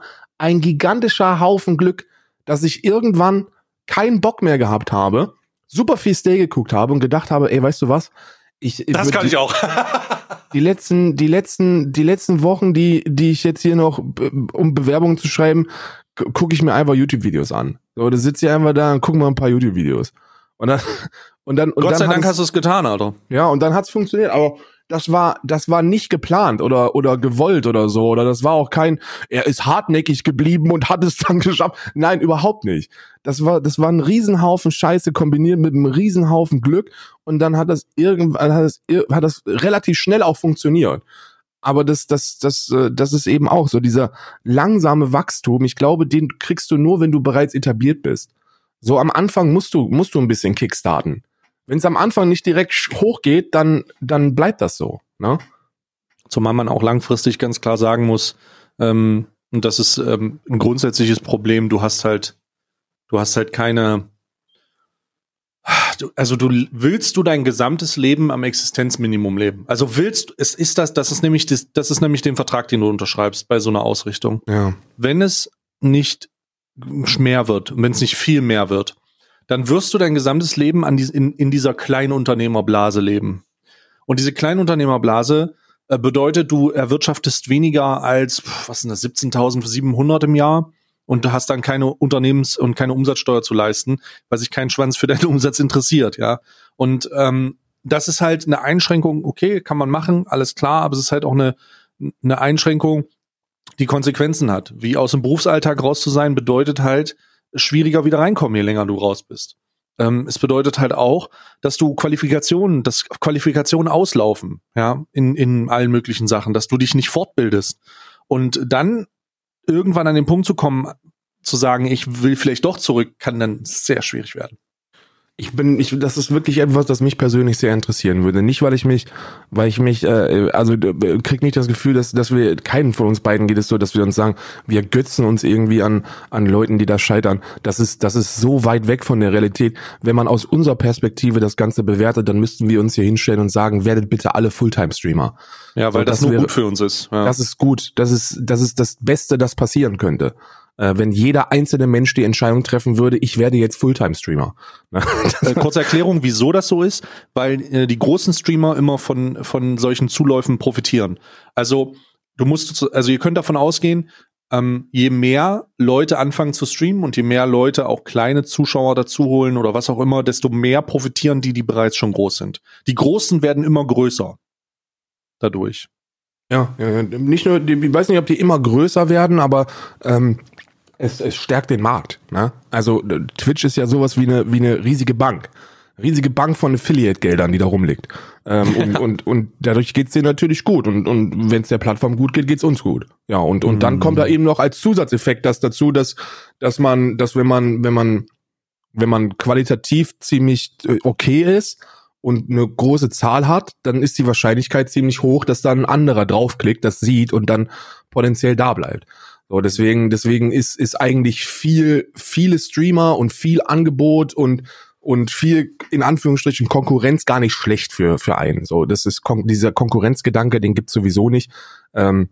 Haufen Glück, dass ich irgendwann keinen Bock mehr gehabt habe, super viel Stay geguckt habe und gedacht habe, ey, weißt du was? Das kann ich auch. Die letzten Wochen, die ich jetzt hier noch, um Bewerbungen zu schreiben, gucke ich mir einfach YouTube-Videos an. So, da sitze ich einfach da und gucke mal ein paar YouTube-Videos. Und dann Gott sei Dank hast du es getan, Alter. Ja, und dann hat's funktioniert, aber das war nicht geplant oder gewollt oder so, oder das war auch er ist hartnäckig geblieben und hat es dann geschafft. Nein, überhaupt nicht. Das war ein Riesenhaufen Scheiße kombiniert mit einem Riesenhaufen Glück und dann hat das relativ schnell auch funktioniert. Aber das ist eben auch so dieser langsame Wachstum. Ich glaube, den kriegst du nur, wenn du bereits etabliert bist. So am Anfang musst du ein bisschen kickstarten. Wenn es am Anfang nicht direkt hochgeht, dann bleibt das so, ne? Zumal man auch langfristig ganz klar sagen muss, und das ist ein grundsätzliches Problem, du hast halt keine, du willst dein gesamtes Leben am Existenzminimum leben. Also das ist nämlich den Vertrag, den du unterschreibst bei so einer Ausrichtung. Ja. Wenn es nicht mehr wird, wenn es nicht viel mehr wird, dann wirst du dein gesamtes Leben in dieser Kleinunternehmerblase leben. Und diese Kleinunternehmerblase bedeutet, du erwirtschaftest weniger als, 17.700 im Jahr und du hast dann keine Unternehmens- und keine Umsatzsteuer zu leisten, weil sich kein Schwanz für deinen Umsatz interessiert, ja. Und das ist halt eine Einschränkung, okay, kann man machen, alles klar, aber es ist halt auch eine Einschränkung, die Konsequenzen hat. Wie aus dem Berufsalltag raus zu sein, bedeutet halt, schwieriger wieder reinkommen, je länger du raus bist. Es bedeutet halt auch, dass Qualifikationen auslaufen, ja, in allen möglichen Sachen, dass du dich nicht fortbildest. Und dann irgendwann an den Punkt zu kommen, zu sagen, ich will vielleicht doch zurück, kann dann sehr schwierig werden. Das ist wirklich etwas, das mich persönlich sehr interessieren würde. Nicht, weil ich mich, krieg nicht das Gefühl, dass wir, keinen von uns beiden geht es so, dass wir uns sagen, wir götzen uns irgendwie an Leuten, die da scheitern. Das ist so weit weg von der Realität. Wenn man aus unserer Perspektive das Ganze bewertet, dann müssten wir uns hier hinstellen und sagen, werdet bitte alle Fulltime-Streamer. Ja, weil das nur gut für uns ist. Ja. Das ist gut. Das ist das Beste, das passieren könnte. Wenn jeder einzelne Mensch die Entscheidung treffen würde, ich werde jetzt Fulltime-Streamer. Kurze Erklärung, wieso das so ist, weil die großen Streamer immer von solchen Zuläufen profitieren. Also ihr könnt davon ausgehen, je mehr Leute anfangen zu streamen und je mehr Leute auch kleine Zuschauer dazu holen oder was auch immer, desto mehr profitieren die bereits schon groß sind. Die Großen werden immer größer dadurch. Ja, nicht nur, ich weiß nicht, ob die immer größer werden, aber es stärkt den Markt, ne? Also Twitch ist ja sowas wie eine riesige Bank. Riesige Bank von Affiliate-Geldern, die da rumliegt. Und dadurch geht's denen natürlich gut. Und wenn es der Plattform gut geht, geht's uns gut. Ja, und dann kommt da eben noch als Zusatzeffekt das dazu, dass wenn man qualitativ ziemlich okay ist und eine große Zahl hat, dann ist die Wahrscheinlichkeit ziemlich hoch, dass da ein anderer draufklickt, das sieht und dann potenziell da bleibt. So, deswegen ist eigentlich viele Streamer und viel Angebot und viel, in Anführungsstrichen, Konkurrenz gar nicht schlecht für einen. So, das ist dieser Konkurrenzgedanke, den gibt's sowieso nicht.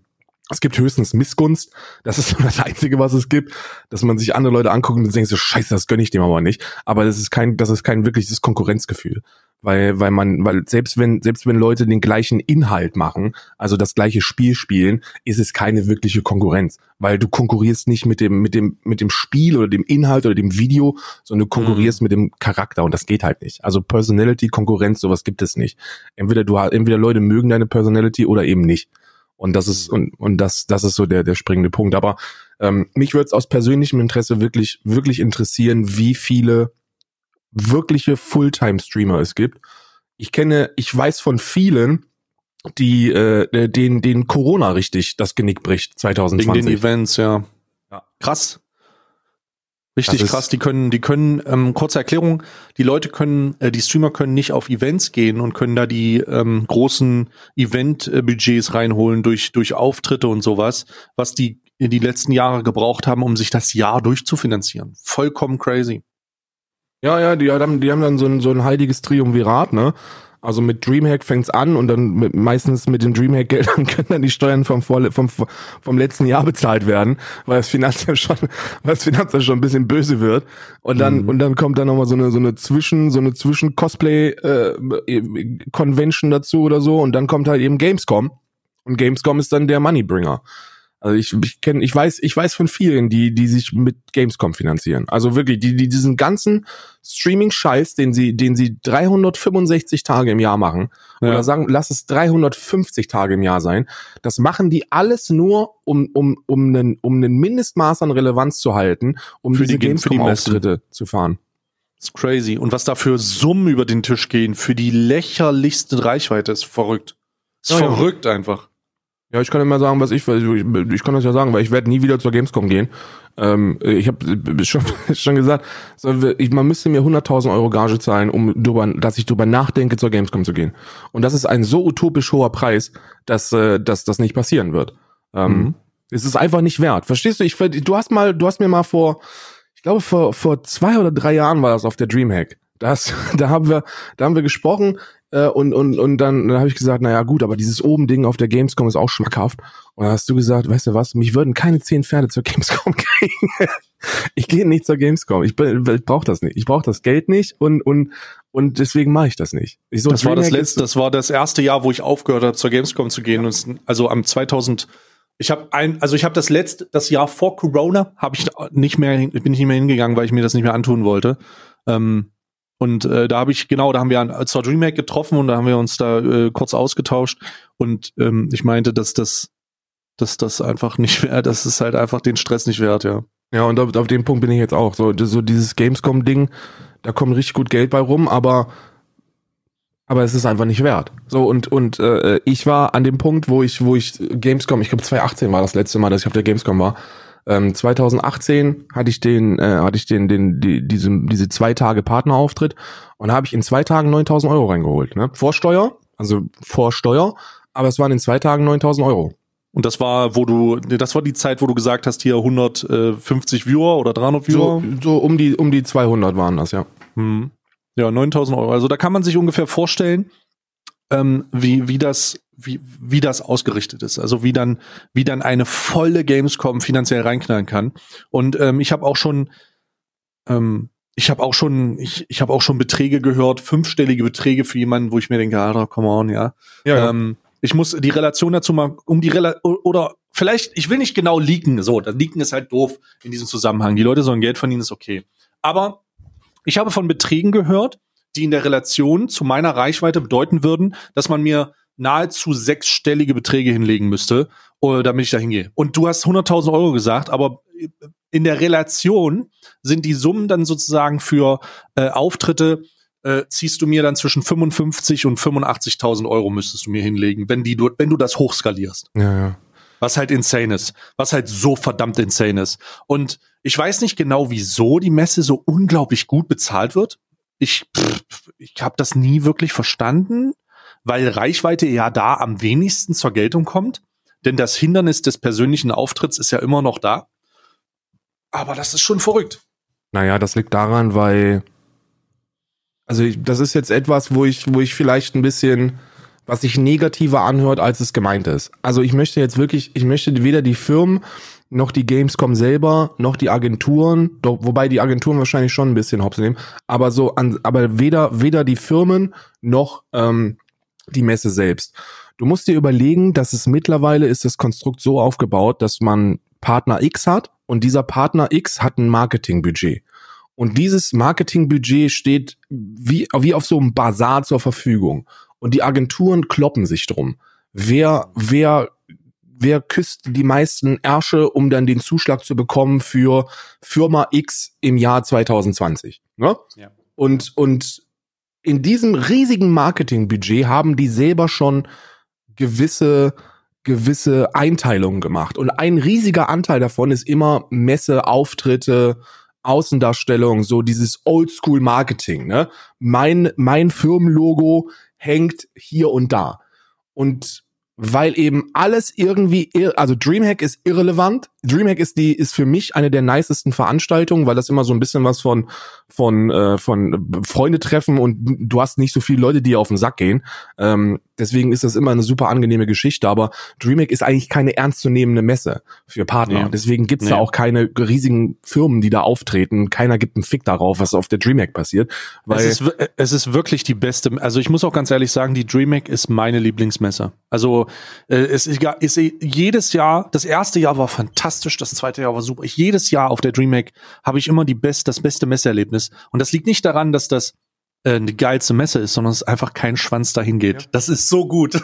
Es gibt höchstens Missgunst. Das ist so das Einzige, was es gibt, dass man sich andere Leute anguckt und denkt so, scheiße, das gönne ich dem aber nicht. Aber das ist kein wirkliches Konkurrenzgefühl. Weil selbst wenn Leute den gleichen Inhalt machen, also das gleiche Spiel spielen, ist es keine wirkliche Konkurrenz. Weil du konkurrierst nicht mit dem Spiel oder dem Inhalt oder dem Video, sondern du konkurrierst mit dem Charakter und das geht halt nicht. Also Personality-Konkurrenz, sowas gibt es nicht. Entweder Leute mögen deine Personality oder eben nicht. Und das ist das ist so der springende Punkt. Aber mich würde es aus persönlichem Interesse wirklich interessieren, wie viele wirkliche Fulltime-Streamer es gibt. Ich weiß von vielen, die denen Corona richtig das Genick bricht 2020. Wegen den Events, ja. Krass. Richtig krass, die können, kurze Erklärung, die Streamer können nicht auf Events gehen und können da die großen Event-Budgets reinholen durch Auftritte und sowas, was die in die letzten Jahre gebraucht haben, um sich das Jahr durchzufinanzieren. Vollkommen crazy. Ja, die haben dann so ein heiliges Triumvirat, ne? Also mit Dreamhack fängt's an und dann meistens mit den Dreamhack-Geldern können dann die Steuern vom letzten Jahr bezahlt werden, weil das Finanzamt schon ein bisschen böse wird. Und dann kommt dann nochmal so eine Zwischen Cosplay Convention dazu oder so und dann kommt halt eben Gamescom. Und Gamescom ist dann der Moneybringer. Also ich weiß von vielen, die sich mit Gamescom finanzieren. Also wirklich, die diesen ganzen Streaming-Scheiß, den sie 365 Tage im Jahr machen, oder sagen, lass es 350 Tage im Jahr sein, das machen die alles nur, um einen Mindestmaß an Relevanz zu halten, um für diese Gamescom-Auftritte zu fahren. Das ist crazy. Und was da für Summen über den Tisch gehen, für die lächerlichste Reichweite, ist verrückt. Ist verrückt einfach. Ja, ich kann immer sagen, ich kann das ja sagen, weil ich werde nie wieder zur Gamescom gehen. Ich habe schon gesagt, man müsste mir 100.000 Euro Gage zahlen, dass ich drüber nachdenke, zur Gamescom zu gehen. Und das ist ein so utopisch hoher Preis, dass das nicht passieren wird. Es ist einfach nicht wert. Verstehst du? Du hast mir mal vor 2 oder 3 Jahren war das auf der Dreamhack. Da haben wir gesprochen. Und dann habe ich gesagt, naja gut, aber dieses Oben-Ding auf der Gamescom ist auch schmackhaft. Und dann hast du gesagt, weißt du was, mich würden keine 10 Pferde zur Gamescom kriegen. Ich gehe nicht zur Gamescom. Ich brauche das nicht. Ich brauche das Geld nicht und deswegen mache ich das nicht. Das war das erste Jahr, wo ich aufgehört habe, zur Gamescom zu gehen. Also am 2000. Ich habe das Jahr vor Corona bin ich nicht mehr hingegangen, weil ich mir das nicht mehr antun wollte. Und da haben wir zur Dreamhack getroffen und da haben wir uns da kurz ausgetauscht und ich meinte, dass das einfach nicht wert, das ist halt einfach den Stress nicht wert, ja. Ja, und auf dem Punkt bin ich jetzt auch. So dieses Gamescom-Ding, da kommt richtig gut Geld bei rum, aber es ist einfach nicht wert. So, und ich war an dem Punkt, wo ich Gamescom, ich glaube 2018 war das letzte Mal, dass ich auf der Gamescom war. 2018 hatte ich diese 2 Tage Partnerauftritt und da habe ich in 2 Tagen 9.000 Euro reingeholt, ne? Vor Steuer, aber es waren in 2 Tagen 9.000 Euro. Und das war die Zeit, wo du gesagt hast, hier 150 Viewer oder 300 Viewer? So um die 200 waren das, ja. Ja, 9.000 Euro. Also da kann man sich ungefähr vorstellen, wie das ausgerichtet ist. Also wie dann eine volle Gamescom finanziell reinknallen kann. Und ich habe auch schon Beträge gehört, 5-stellige Beträge für jemanden, wo ich mir denke, Alter, come on, ja. Ich muss die Relation dazu mal oder vielleicht, ich will nicht genau leaken. So, das Leaken ist halt doof in diesem Zusammenhang. Die Leute sollen Geld verdienen, ist okay. Aber ich habe von Beträgen gehört, die in der Relation zu meiner Reichweite bedeuten würden, dass man mir nahezu 6-stellige Beträge hinlegen müsste, damit ich da hingehe. Und du hast 100.000 Euro gesagt, aber in der Relation sind die Summen dann sozusagen für Auftritte, ziehst du mir dann zwischen 55 und 85.000 Euro müsstest du mir hinlegen, wenn du das hochskalierst. Ja. Was halt insane ist. Was halt so verdammt insane ist. Und ich weiß nicht genau, wieso die Messe so unglaublich gut bezahlt wird. Ich habe das nie wirklich verstanden, weil Reichweite ja da am wenigsten zur Geltung kommt. Denn das Hindernis des persönlichen Auftritts ist ja immer noch da. Aber das ist schon verrückt. Naja, das liegt daran, weil das ist jetzt etwas, wo ich vielleicht ein bisschen was sich negativer anhört, als es gemeint ist. Also ich möchte weder die Firmen noch die Gamescom selber, noch die Agenturen, wobei die Agenturen wahrscheinlich schon ein bisschen hops nehmen, aber weder die Firmen noch die Messe selbst. Du musst dir überlegen, dass es mittlerweile ist das Konstrukt so aufgebaut, dass man Partner X hat und dieser Partner X hat ein Marketingbudget. Und dieses Marketingbudget steht wie auf so einem Bazar zur Verfügung. Und die Agenturen kloppen sich drum. Wer küsst die meisten Ärsche, um dann den Zuschlag zu bekommen für Firma X im Jahr 2020? Ne? Ja. Und in diesem riesigen Marketingbudget haben die selber schon gewisse Einteilungen gemacht. Und ein riesiger Anteil davon ist immer Messe, Auftritte, Außendarstellung, so dieses Oldschool-Marketing, ne? Mein Firmenlogo hängt hier und da. Und weil eben alles irgendwie, also Dreamhack ist irrelevant. Dreamhack ist für mich eine der nicesten Veranstaltungen, weil das immer so ein bisschen was von Freunde treffen und du hast nicht so viele Leute, die auf den Sack gehen. Deswegen ist das immer eine super angenehme Geschichte, aber Dreamhack ist eigentlich keine ernstzunehmende Messe für Partner. Ja. Deswegen gibt's da auch keine riesigen Firmen, die da auftreten. Keiner gibt einen Fick darauf, was auf der Dreamhack passiert. Weil es ist wirklich die beste, also ich muss auch ganz ehrlich sagen, die Dreamhack ist meine Lieblingsmesse. Also es ist jedes Jahr, das erste Jahr war fantastisch, das zweite Jahr war super. Jedes Jahr auf der Dreamhack habe ich immer das beste Messeerlebnis. Und das liegt nicht daran, dass das eine geilste Messe ist, sondern es einfach kein Schwanz dahin geht. Ja. Das ist so gut.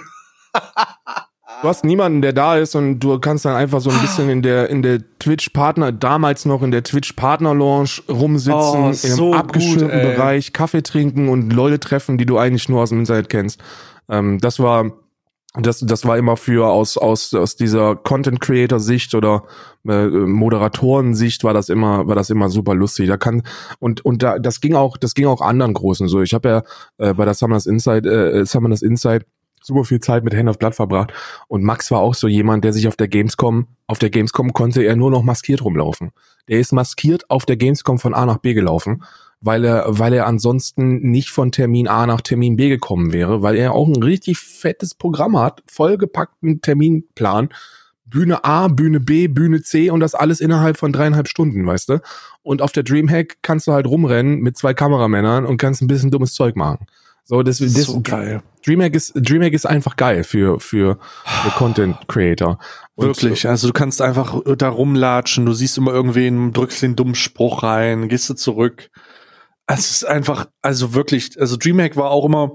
Du hast niemanden, der da ist und du kannst dann einfach so ein bisschen in der Twitch-Partner, damals noch in der Twitch-Partner-Lounge rumsitzen, in einem abgeschirmten Bereich, Kaffee trinken und Leute treffen, die du eigentlich nur aus dem Internet kennst. Das war immer aus dieser Content-Creator-Sicht oder Moderatoren-Sicht war das immer super lustig. Das ging auch anderen Großen so. Ich habe ja bei der Summoners Insight super viel Zeit mit Hand of Blood verbracht und Max war auch so jemand, der sich auf der Gamescom konnte er nur noch maskiert rumlaufen. Der ist maskiert auf der Gamescom von A nach B gelaufen, weil er ansonsten nicht von Termin A nach Termin B gekommen wäre, weil er auch ein richtig fettes Programm hat, vollgepackten Terminplan, Bühne A, Bühne B, Bühne C und das alles innerhalb von 3,5 Stunden, weißt du? Und auf der Dreamhack kannst du halt rumrennen mit 2 Kameramännern und kannst ein bisschen dummes Zeug machen. So, das ist so geil. Dreamhack ist einfach geil für Content Creator. Und wirklich, also du kannst einfach da rumlatschen, du siehst immer irgendwen, drückst den dummen Spruch rein, gehst du zurück. Es ist einfach, also wirklich, also Dreamhack war auch immer,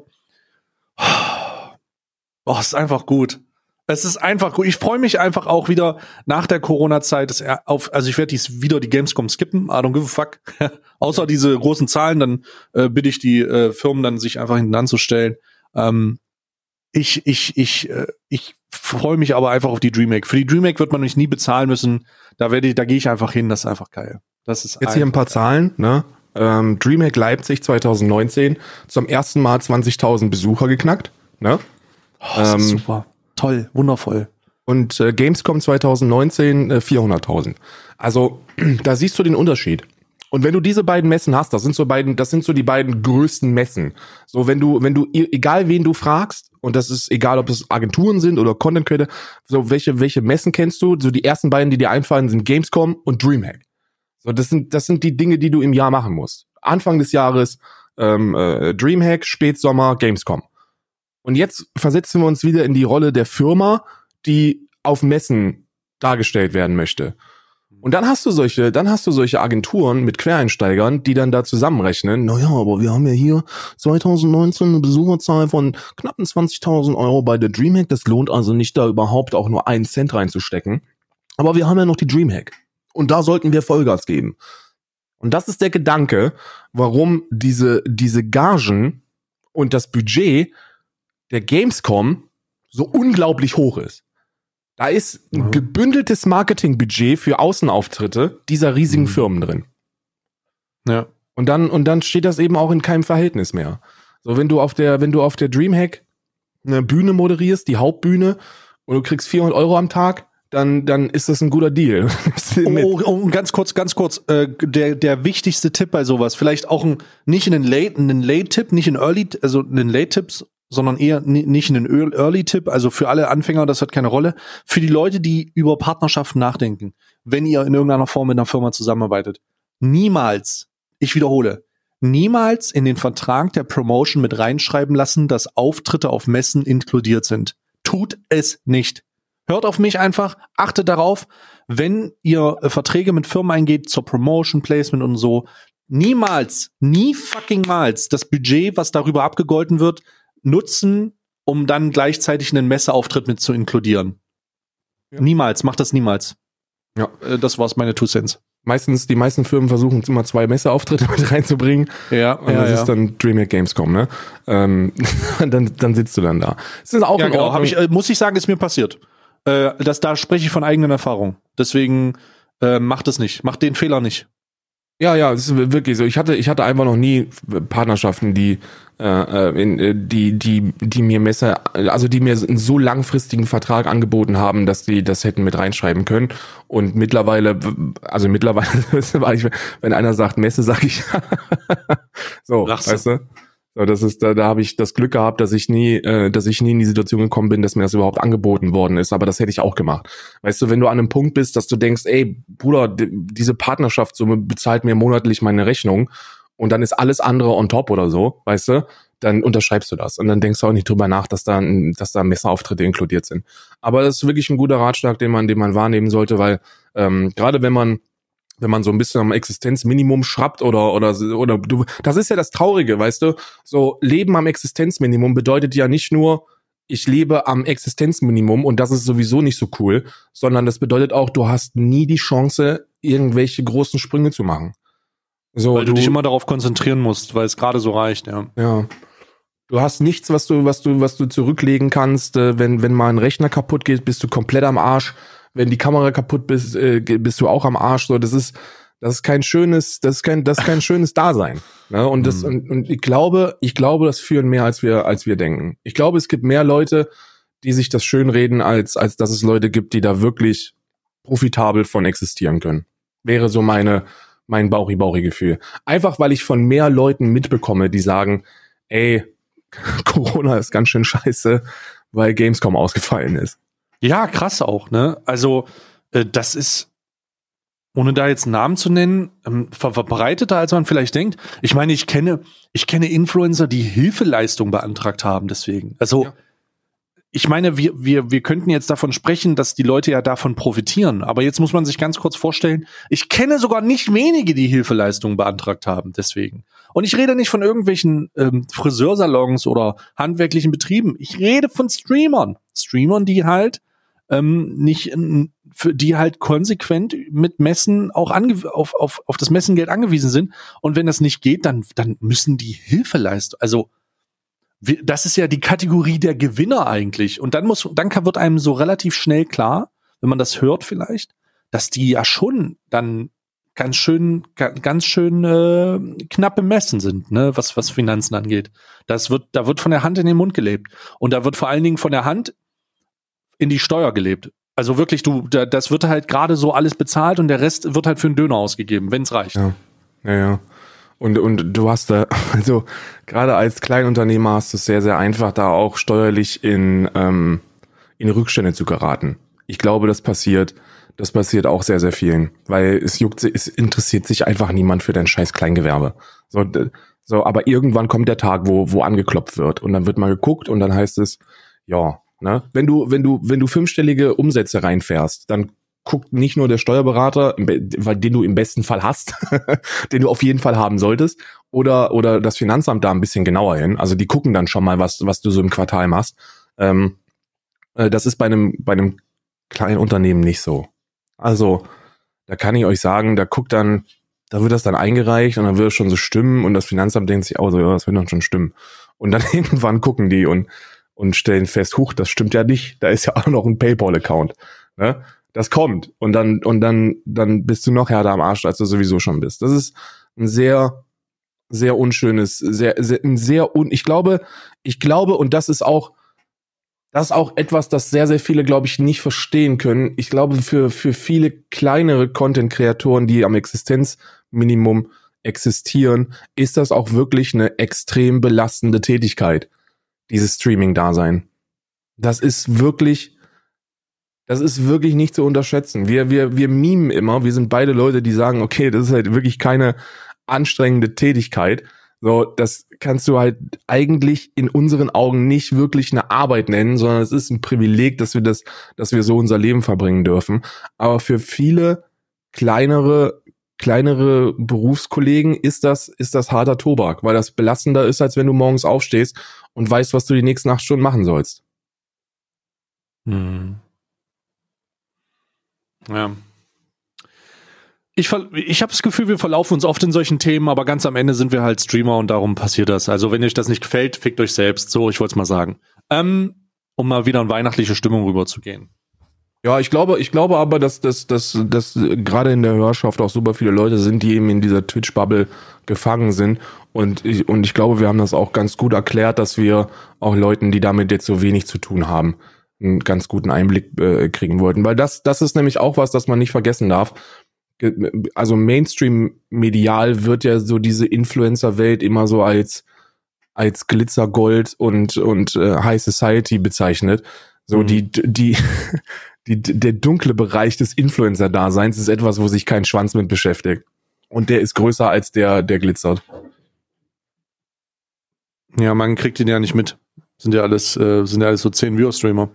es ist einfach gut. Es ist einfach gut. Ich freue mich einfach auch wieder nach der Corona-Zeit also ich werde wieder die Gamescom skippen, I don't give a fuck. Außer diese großen Zahlen, dann bitte ich die Firmen dann sich einfach hinten anzustellen. Ich freue mich aber einfach auf die Dreamhack. Für die Dreamhack wird man mich nie bezahlen müssen. Da gehe ich einfach hin, das ist einfach geil. Das ist jetzt hier ein paar Zahlen, ne? Dreamhack Leipzig 2019 zum ersten Mal 20.000 Besucher geknackt, ne? Das ist super. Toll, wundervoll. Und Gamescom 2019 400.000. Also da siehst du den Unterschied. Und wenn du diese beiden Messen hast, das sind so die beiden größten Messen. So wenn du egal wen du fragst, und das ist egal, ob es Agenturen sind oder Content Creator, so welche Messen kennst du? So die ersten beiden, die dir einfallen, sind Gamescom und Dreamhack. So das sind die Dinge, die du im Jahr machen musst. Anfang des Jahres Dreamhack, Spätsommer, Gamescom. Und jetzt versetzen wir uns wieder in die Rolle der Firma, die auf Messen dargestellt werden möchte. Und dann hast du solche Agenturen mit Quereinsteigern, die dann da zusammenrechnen, naja, aber wir haben ja hier 2019 eine Besucherzahl von knapp 20.000 Euro bei der Dreamhack. Das lohnt also nicht, da überhaupt auch nur 1 Cent reinzustecken. Aber wir haben ja noch die Dreamhack. Und da sollten wir Vollgas geben. Und das ist der Gedanke, warum diese Gagen und das Budget der Gamescom so unglaublich hoch ist. Da ist ein gebündeltes Marketingbudget für Außenauftritte dieser riesigen Firmen drin. Ja. Und dann steht das eben auch in keinem Verhältnis mehr. So, wenn du auf der Dreamhack eine Bühne moderierst, die Hauptbühne, und du kriegst 400 Euro am Tag, dann ist das ein guter Deal. Oh, ganz kurz, der wichtigste Tipp bei sowas, vielleicht auch nicht einen Late-Tipp, nicht einen Early, also einen Late-Tipp, sondern eher nicht einen Early-Tipp, also für alle Anfänger, das hat keine Rolle. Für die Leute, die über Partnerschaften nachdenken, wenn ihr in irgendeiner Form mit einer Firma zusammenarbeitet, niemals, ich wiederhole, niemals in den Vertrag der Promotion mit reinschreiben lassen, dass Auftritte auf Messen inkludiert sind. Tut es nicht. Hört auf mich einfach, achtet darauf, wenn ihr Verträge mit Firmen eingeht zur Promotion, Placement und so, niemals, nie fucking mals das Budget, was darüber abgegolten wird, nutzen, um dann gleichzeitig einen Messeauftritt mit zu inkludieren. Ja. Niemals, macht das niemals. Ja. Das war's, meine 2 Cents. Die meisten Firmen versuchen immer 2 Messeauftritte mit reinzubringen. Ja. Und das ist dann DreamHack Gamescom, ne? Dann sitzt du dann da. Das ist auch in Ordnung. Muss ich sagen, ist mir passiert. Da spreche ich von eigenen Erfahrungen. Deswegen macht es nicht. Macht den Fehler nicht. Ja, es ist wirklich so. Ich hatte einfach noch nie Partnerschaften, die mir die mir einen so langfristigen Vertrag angeboten haben, dass die das hätten mit reinschreiben können. Und mittlerweile, wenn einer sagt Messe, sag ich so, weißt du? So, das ist, da habe ich das Glück gehabt, dass ich nie in die Situation gekommen bin, dass mir das überhaupt angeboten worden ist. Aber das hätte ich auch gemacht. Weißt du, wenn du an einem Punkt bist, dass du denkst, ey, Bruder, diese Partnerschaftssumme bezahlt mir monatlich meine Rechnung und dann ist alles andere on top oder so, weißt du, dann unterschreibst du das. Und dann denkst du auch nicht drüber nach, dass da Messeauftritte inkludiert sind. Aber das ist wirklich ein guter Ratschlag, den man wahrnehmen sollte, weil gerade wenn man so ein bisschen am Existenzminimum schrappt oder du, das ist ja das Traurige, weißt du, so Leben am Existenzminimum bedeutet ja nicht nur, ich lebe am Existenzminimum und das ist sowieso nicht so cool, sondern das bedeutet auch, du hast nie die Chance, irgendwelche großen Sprünge zu machen. So, weil du dich immer darauf konzentrieren musst, weil es gerade so reicht, ja. Ja. Du hast nichts, was du zurücklegen kannst, wenn mal ein Rechner kaputt geht, bist du komplett am Arsch. Wenn die Kamera kaputt bist, bist du auch am Arsch. So, das ist kein schönes Dasein. Ne? Und und ich glaube, das führen mehr als wir denken. Ich glaube, es gibt mehr Leute, die sich das schönreden, als dass es Leute gibt, die da wirklich profitabel von existieren können. Wäre so mein Bauchi-Gefühl. Einfach, weil ich von mehr Leuten mitbekomme, die sagen, ey, Corona ist ganz schön scheiße, weil Gamescom ausgefallen ist. Ja, krass auch, ne? Also, das ist, ohne da jetzt einen Namen zu nennen, verbreiteter, als man vielleicht denkt. Ich meine, ich kenne Influencer, die Hilfeleistung beantragt haben, deswegen. Also, ja. Ich meine, wir könnten jetzt davon sprechen, dass die Leute ja davon profitieren. Aber jetzt muss man sich ganz kurz vorstellen, ich kenne sogar nicht wenige, die Hilfeleistungen beantragt haben, deswegen. Und ich rede nicht von irgendwelchen Friseursalons oder handwerklichen Betrieben. Ich rede von Streamern, die halt die halt konsequent mit Messen auch auf das Messengeld angewiesen sind. Und wenn das nicht geht, dann müssen die Hilfeleistung, also das ist ja die Kategorie der Gewinner eigentlich. Und dann wird einem so relativ schnell klar, wenn man das hört vielleicht, dass die ja schon dann ganz schön knapp bemessen sind, ne, was Finanzen angeht. Da wird von der Hand in den Mund gelebt. Und da wird vor allen Dingen von der Hand in die Steuer gelebt. Also wirklich, das wird halt gerade so alles bezahlt und der Rest wird halt für einen Döner ausgegeben, wenn es reicht. Ja. Und du hast da, also gerade als Kleinunternehmer hast du es sehr, sehr einfach, da auch steuerlich in Rückstände zu geraten. Ich glaube, das passiert auch sehr, sehr vielen, weil es interessiert sich einfach niemand für dein scheiß Kleingewerbe. So, aber irgendwann kommt der Tag, wo angeklopft wird und dann wird mal geguckt und dann heißt es, ja, ne, wenn du 5-stellige Umsätze reinfährst, dann guckt nicht nur der Steuerberater, den du im besten Fall hast, den du auf jeden Fall haben solltest, oder das Finanzamt da ein bisschen genauer hin. Also die gucken dann schon mal, was du so im Quartal machst. Das ist bei einem kleinen Unternehmen nicht so. Also da kann ich euch sagen, da wird das dann eingereicht und dann wird es schon so stimmen und das Finanzamt denkt sich, oh so, ja, das wird dann schon stimmen. Und dann irgendwann gucken die und stellen fest, huch, das stimmt ja nicht, da ist ja auch noch ein PayPal-Account. Ne? Das kommt und dann bist du noch härter am Arsch, als du sowieso schon bist. Das ist ein sehr, sehr unschönes, ich glaube, und das ist auch etwas, das sehr, sehr viele, glaube ich, nicht verstehen können. Ich glaube, für viele kleinere Content-Kreatoren, die am Existenzminimum existieren, ist das auch wirklich eine extrem belastende Tätigkeit. dieses Streaming-Dasein. Das ist wirklich nicht zu unterschätzen. Wir memen immer, wir sind beide Leute, die sagen, okay, das ist halt wirklich keine anstrengende Tätigkeit. So, das kannst du halt eigentlich in unseren Augen nicht wirklich eine Arbeit nennen, sondern es ist ein Privileg, dass wir so unser Leben verbringen dürfen. Aber für viele kleinere Berufskollegen ist das harter Tobak, weil das belastender ist, als wenn du morgens aufstehst und weißt, was du die nächsten 8 Stunden machen sollst. Ja. Ich habe das Gefühl, wir verlaufen uns oft in solchen Themen, aber ganz am Ende sind wir halt Streamer und darum passiert das. Also wenn euch das nicht gefällt, fickt euch selbst. So, ich wollte es mal sagen. Um mal wieder in weihnachtliche Stimmung rüberzugehen. Ja, ich glaube aber, dass gerade in der Hörerschaft auch super viele Leute sind, die eben in dieser Twitch-Bubble gefangen sind. Und ich glaube, wir haben das auch ganz gut erklärt, dass wir auch Leuten, die damit jetzt so wenig zu tun haben, einen ganz guten Einblick kriegen wollten. Weil das ist nämlich auch was, das man nicht vergessen darf. Also Mainstream-medial wird ja so diese Influencer-Welt immer so als Glitzergold und High Society bezeichnet. So der dunkle Bereich des Influencer-Daseins ist etwas, wo sich kein Schwanz mit beschäftigt. Und der ist größer als der glitzert. Ja, man kriegt ihn ja nicht mit. Sind ja alles so 10-Viewer-Streamer.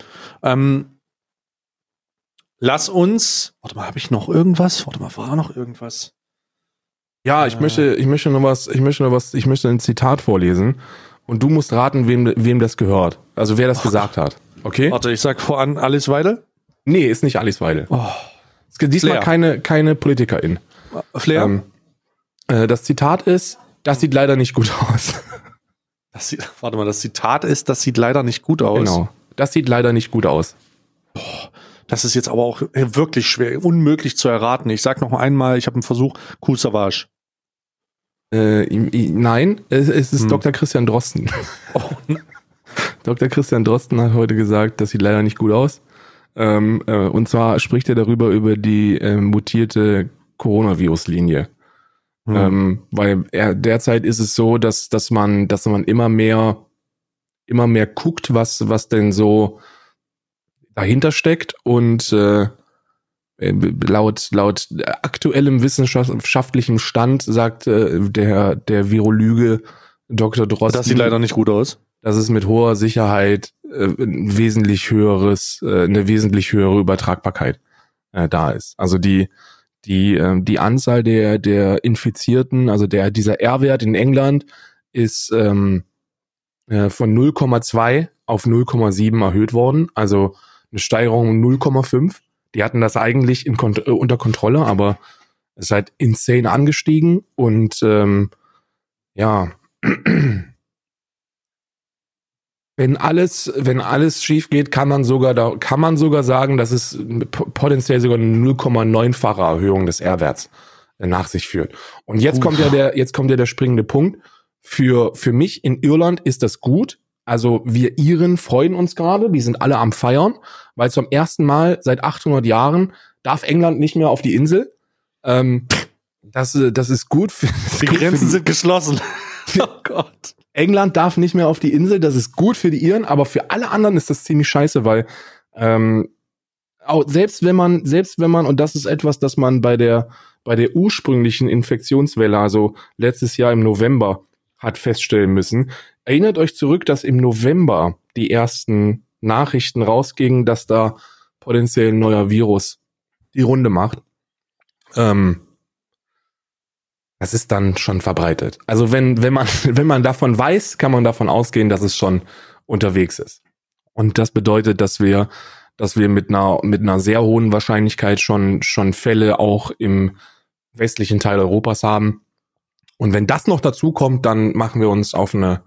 Lass uns. Warte mal, habe ich noch irgendwas? War noch irgendwas? Ja, ich möchte ein Zitat vorlesen und du musst raten, wem das gehört. Also wer das gesagt hat. Okay? Warte, ich sag voran Alice Weidel? Nee, ist nicht Alice Weidel. Es gibt diesmal keine Politikerin. Flair? Das Zitat ist, das sieht leider nicht gut aus. Das Zitat ist, das sieht leider nicht gut aus. Genau, das sieht leider nicht gut aus. Boah, das ist jetzt aber auch wirklich schwer, unmöglich zu erraten. Ich sag noch einmal, ich habe einen Versuch, Kool Savas. Nein, es ist Dr. Christian Drosten. Oh. Dr. Christian Drosten hat heute gesagt, das sieht leider nicht gut aus. Und zwar spricht er über die mutierte Coronavirus-Linie. Weil derzeit ist es so, dass man immer mehr guckt, was denn so dahinter steckt und laut aktuellem wissenschaftlichem Stand sagt der Virologe Dr. Drosten, das sieht leider nicht gut aus. Dass es mit hoher Sicherheit eine wesentlich höhere Übertragbarkeit da ist. Also die Anzahl der Infizierten, also dieser R-Wert in England ist von 0,2 auf 0,7 erhöht worden, also eine Steigerung um 0,5. Die hatten das eigentlich unter Kontrolle, aber es ist halt insane angestiegen und ja. Wenn alles schief geht, kann man sogar sagen, dass es potenziell sogar eine 0,9-fache Erhöhung des R-Werts nach sich führt. Und jetzt kommt ja der springende Punkt. Für mich in Irland ist das gut. Also wir Iren freuen uns gerade. Die sind alle am Feiern, weil zum ersten Mal seit 800 Jahren darf England nicht mehr auf die Insel. Das ist gut. Die Grenzen sind geschlossen. Oh Gott. England darf nicht mehr auf die Insel, das ist gut für die Iren, aber für alle anderen ist das ziemlich scheiße, weil auch selbst wenn man, und das ist etwas, das man bei der ursprünglichen Infektionswelle, also letztes Jahr im November, hat feststellen müssen, erinnert euch zurück, dass im November die ersten Nachrichten rausgingen, dass da potenziell ein neuer Virus die Runde macht. Das ist dann schon verbreitet. Also wenn man davon weiß, kann man davon ausgehen, dass es schon unterwegs ist. Und das bedeutet, dass wir mit einer sehr hohen Wahrscheinlichkeit schon Fälle auch im westlichen Teil Europas haben. Und wenn das noch dazu kommt, dann machen wir uns auf eine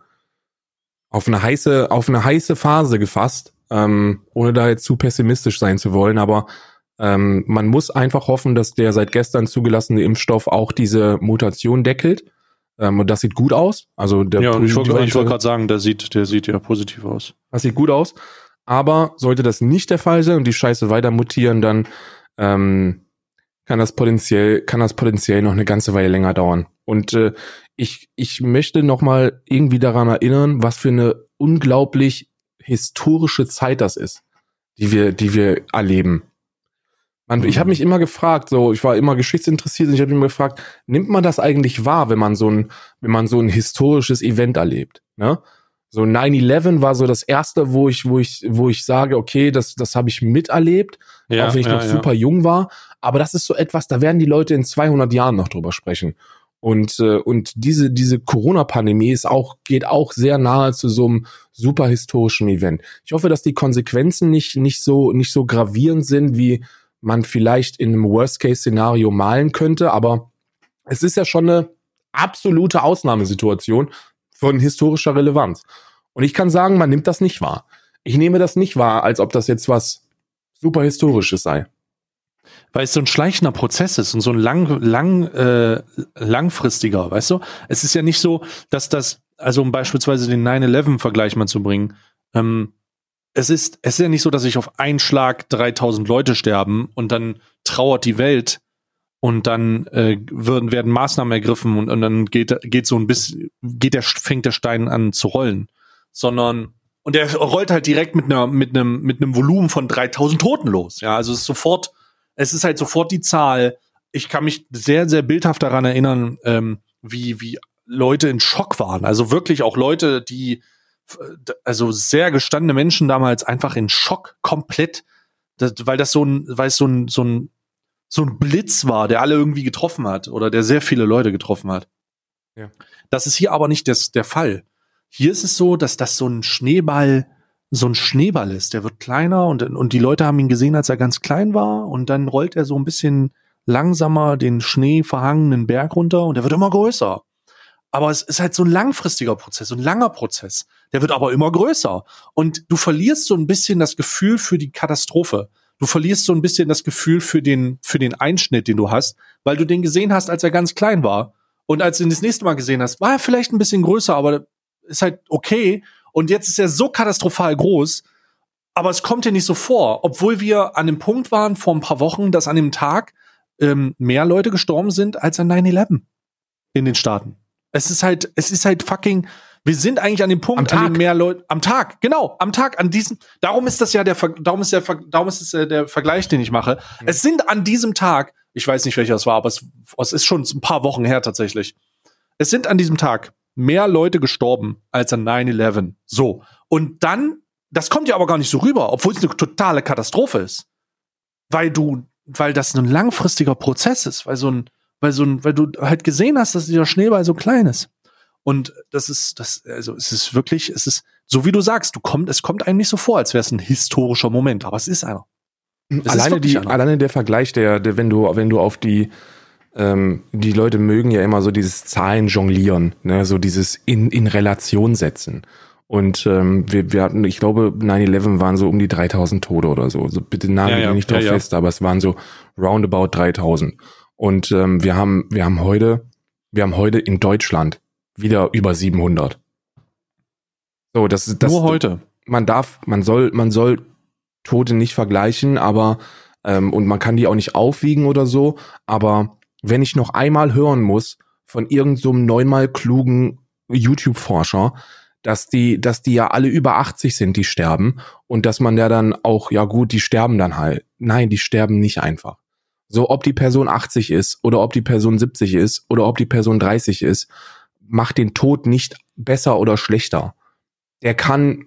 heiße Phase gefasst, ohne da jetzt zu pessimistisch sein zu wollen, aber man muss einfach hoffen, dass der seit gestern zugelassene Impfstoff auch diese Mutation deckelt. Und das sieht gut aus. Also ich wollte gerade sagen, der sieht ja positiv aus. Das sieht gut aus. Aber sollte das nicht der Fall sein und die Scheiße weiter mutieren, dann kann das potenziell noch eine ganze Weile länger dauern. Und ich möchte noch mal irgendwie daran erinnern, was für eine unglaublich historische Zeit das ist, die wir erleben. Ich habe mich immer gefragt, ich war immer geschichtsinteressiert und ich habe mich immer gefragt, nimmt man das eigentlich wahr, wenn man so ein historisches Event erlebt, ne? So 9/11 war so das erste, wo ich sage, okay, das habe ich miterlebt, auch wenn ich noch super jung war. Aber das ist so etwas, da werden die Leute in 200 Jahren noch drüber sprechen. Und diese Corona-Pandemie geht auch sehr nahe zu so einem super historischen Event. Ich hoffe, dass die Konsequenzen nicht so gravierend sind, wie man vielleicht in einem Worst-Case-Szenario malen könnte. Aber es ist ja schon eine absolute Ausnahmesituation von historischer Relevanz. Und ich kann sagen, man nimmt das nicht wahr. Ich nehme das nicht wahr, als ob das jetzt was super Historisches sei. Weil es so ein schleichender Prozess ist und so ein langfristiger, weißt du? Es ist ja nicht so, dass also um beispielsweise den 9/11-Vergleich mal zu bringen, es ist ja nicht so, dass sich auf einen Schlag 3000 Leute sterben und dann trauert die Welt und dann werden Maßnahmen ergriffen und dann fängt der Stein an zu rollen, sondern und der rollt halt direkt mit einem Volumen von 3000 Toten los. Ja, also es ist halt sofort die Zahl. Ich kann mich sehr, sehr bildhaft daran erinnern, wie Leute in Schock waren. Also wirklich auch Leute, die also sehr gestandene Menschen damals einfach in Schock komplett, weil es so ein Blitz war, der alle irgendwie getroffen hat oder der sehr viele Leute getroffen hat. Ja. Das ist hier aber nicht der Fall. Hier ist es so, dass das so ein Schneeball ist. Der wird kleiner und die Leute haben ihn gesehen, als er ganz klein war und dann rollt er so ein bisschen langsamer den schneeverhangenen Berg runter und der wird immer größer. Aber es ist halt so ein langfristiger Prozess, so ein langer Prozess. Der wird aber immer größer. Und du verlierst so ein bisschen das Gefühl für die Katastrophe. Du verlierst so ein bisschen das Gefühl für den Einschnitt, den du hast, weil du den gesehen hast, als er ganz klein war. Und als du ihn das nächste Mal gesehen hast, war er vielleicht ein bisschen größer, aber ist halt okay. Und jetzt ist er so katastrophal groß, aber es kommt dir nicht so vor. Obwohl wir an dem Punkt waren vor ein paar Wochen, dass an dem Tag mehr Leute gestorben sind als an 9/11 in den Staaten. Es ist halt fucking, wir sind eigentlich an dem Punkt, an dem mehr Leute, am Tag, an diesem, darum ist es der Vergleich, den ich mache. Mhm. Es sind an diesem Tag, ich weiß nicht, welcher es war, aber es ist schon ein paar Wochen her tatsächlich. Es sind an diesem Tag mehr Leute gestorben als an 9/11. So. Und dann, das kommt ja aber gar nicht so rüber, obwohl es eine totale Katastrophe ist. Weil das ein langfristiger Prozess ist, weil du halt gesehen hast, dass dieser Schneeball so klein ist. Und es ist so wie du sagst, es kommt einem nicht so vor, als wäre es ein historischer Moment, aber es ist einer. Alleine der Vergleich, wenn du auf die Leute mögen ja immer so dieses Zahlen jonglieren, ne, so dieses in Relation setzen. Und wir hatten, ich glaube, 9/11 waren so um die 3000 Tote oder so. Also bitte nagel mich nicht drauf fest, aber es waren so roundabout 3000. Und wir haben heute in Deutschland wieder über 700. So, das ist nur heute. Man soll Tote nicht vergleichen, aber und man kann die auch nicht aufwiegen oder so. Aber wenn ich noch einmal hören muss von irgend so einem 9-mal klugen YouTube-Forscher, dass die ja alle über 80 sind, die sterben und dass man ja dann auch, ja gut, die sterben dann halt. Nein, die sterben nicht einfach. So, ob die Person 80 ist oder ob die Person 70 ist oder ob die Person 30 ist, macht den Tod nicht besser oder schlechter. Der kann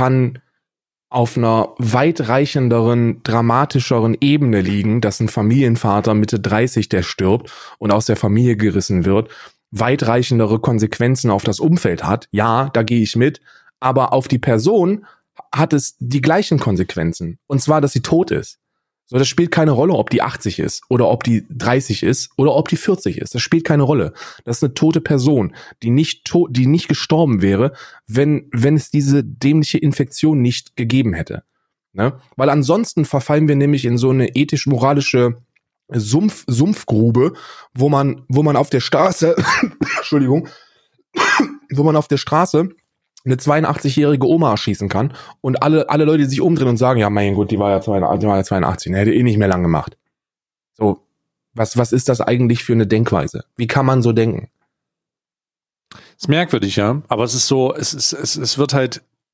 auf einer weitreichenderen, dramatischeren Ebene liegen, dass ein Familienvater Mitte 30, der stirbt und aus der Familie gerissen wird, weitreichendere Konsequenzen auf das Umfeld hat. Ja, da gehe ich mit. Aber auf die Person hat es die gleichen Konsequenzen. Und zwar, dass sie tot ist. So, das spielt keine Rolle, ob die 80 ist oder ob die 30 ist oder ob die 40 ist. Das spielt keine Rolle. Das ist eine tote Person, die nicht gestorben wäre, wenn es diese dämliche Infektion nicht gegeben hätte. Ne? Weil ansonsten verfallen wir nämlich in so eine ethisch-moralische Sumpfgrube, wo man auf der Straße, Entschuldigung, wo man auf der Straße eine 82-jährige Oma erschießen kann und alle Leute, die sich umdrehen und sagen, ja, mein Gott, die war ja 82, hätte eh nicht mehr lang gemacht. So, was ist das eigentlich für eine Denkweise? Wie kann man so denken? Ist merkwürdig, ja, aber es ist so, es wird halt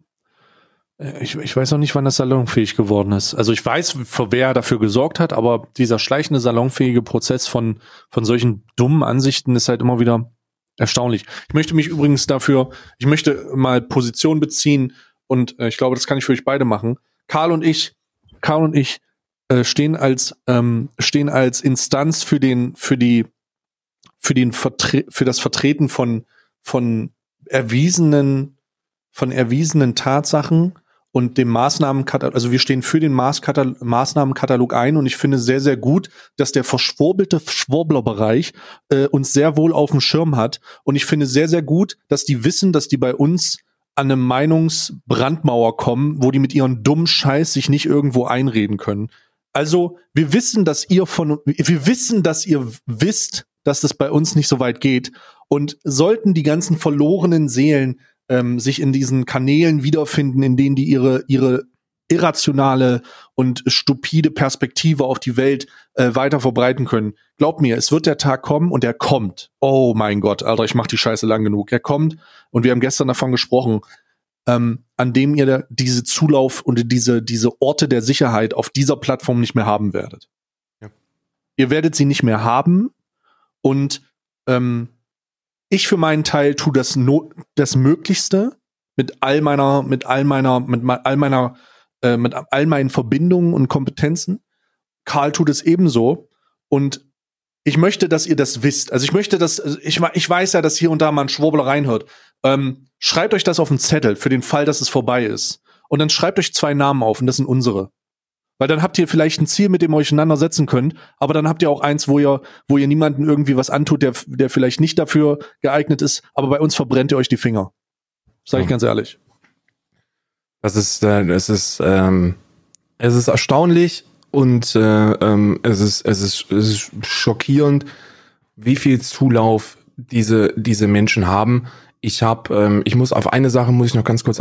Ich weiß noch nicht, wann das salonfähig geworden ist. Also ich weiß, für wer dafür gesorgt hat, aber dieser schleichende salonfähige Prozess von solchen dummen Ansichten ist halt immer wieder erstaunlich. Ich möchte mich übrigens ich möchte mal Position beziehen und ich glaube, das kann ich für euch beide machen. Karl und ich stehen als Instanz für das Vertreten von erwiesenen Tatsachen und dem Maßnahmenkatalog, also wir stehen für den Maßnahmenkatalog ein und ich finde sehr, sehr gut, dass der verschwurbelte Schwurblerbereich uns sehr wohl auf dem Schirm hat und ich finde sehr, sehr gut, dass die wissen, dass die bei uns an eine Meinungsbrandmauer kommen, wo die mit ihren dummen Scheiß sich nicht irgendwo einreden können. Also wir wissen, dass ihr wisst, dass das bei uns nicht so weit geht und sollten die ganzen verlorenen Seelen sich in diesen Kanälen wiederfinden, in denen die ihre irrationale und stupide Perspektive auf die Welt weiter verbreiten können. Glaub mir, es wird der Tag kommen und er kommt. Oh mein Gott, Alter, ich mach die Scheiße lang genug. Er kommt und wir haben gestern davon gesprochen, an dem ihr diese Zulauf und diese Orte der Sicherheit auf dieser Plattform nicht mehr haben werdet. Ja. Ihr werdet sie nicht mehr haben und ich für meinen Teil tue das Möglichste mit all meinen Verbindungen und Kompetenzen. Karl tut es ebenso und ich möchte, dass ihr das wisst. Also ich weiß ja, dass hier und da mal ein Schwurbler reinhört. Schreibt euch das auf einen Zettel für den Fall, dass es vorbei ist. Und dann schreibt euch 2 Namen auf und das sind unsere. Weil dann habt ihr vielleicht ein Ziel, mit dem ihr euch auseinandersetzen könnt, aber dann habt ihr auch eins, wo ihr niemanden irgendwie was antut, der vielleicht nicht dafür geeignet ist, aber bei uns verbrennt ihr euch die Finger. Sag ich ganz ehrlich. Es ist erstaunlich und es ist schockierend, wie viel Zulauf diese Menschen haben. Du weißt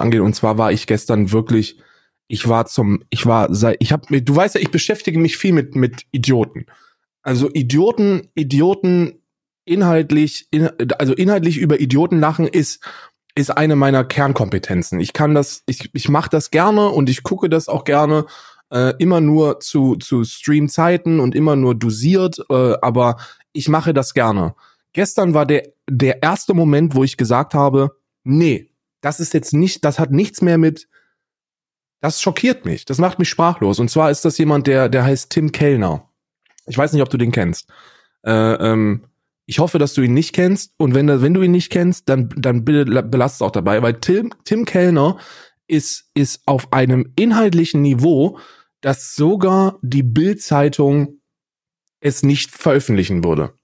ja, ich beschäftige mich viel mit Idioten. Also Idioten inhaltlich über Idioten lachen ist eine meiner Kernkompetenzen. Ich mache das gerne und ich gucke das auch gerne, immer nur zu Streamzeiten und immer nur dosiert, aber ich mache das gerne. Gestern war der erste Moment, wo ich gesagt habe, nee, das hat nichts mehr mit. Das schockiert mich. Das macht mich sprachlos. Und zwar ist das jemand, der heißt Tim Kellner. Ich weiß nicht, ob du den kennst. Ich hoffe, dass du ihn nicht kennst. Und wenn du ihn nicht kennst, dann bitte belast es auch dabei. Weil Tim Kellner ist auf einem inhaltlichen Niveau, dass sogar die Bild-Zeitung es nicht veröffentlichen würde.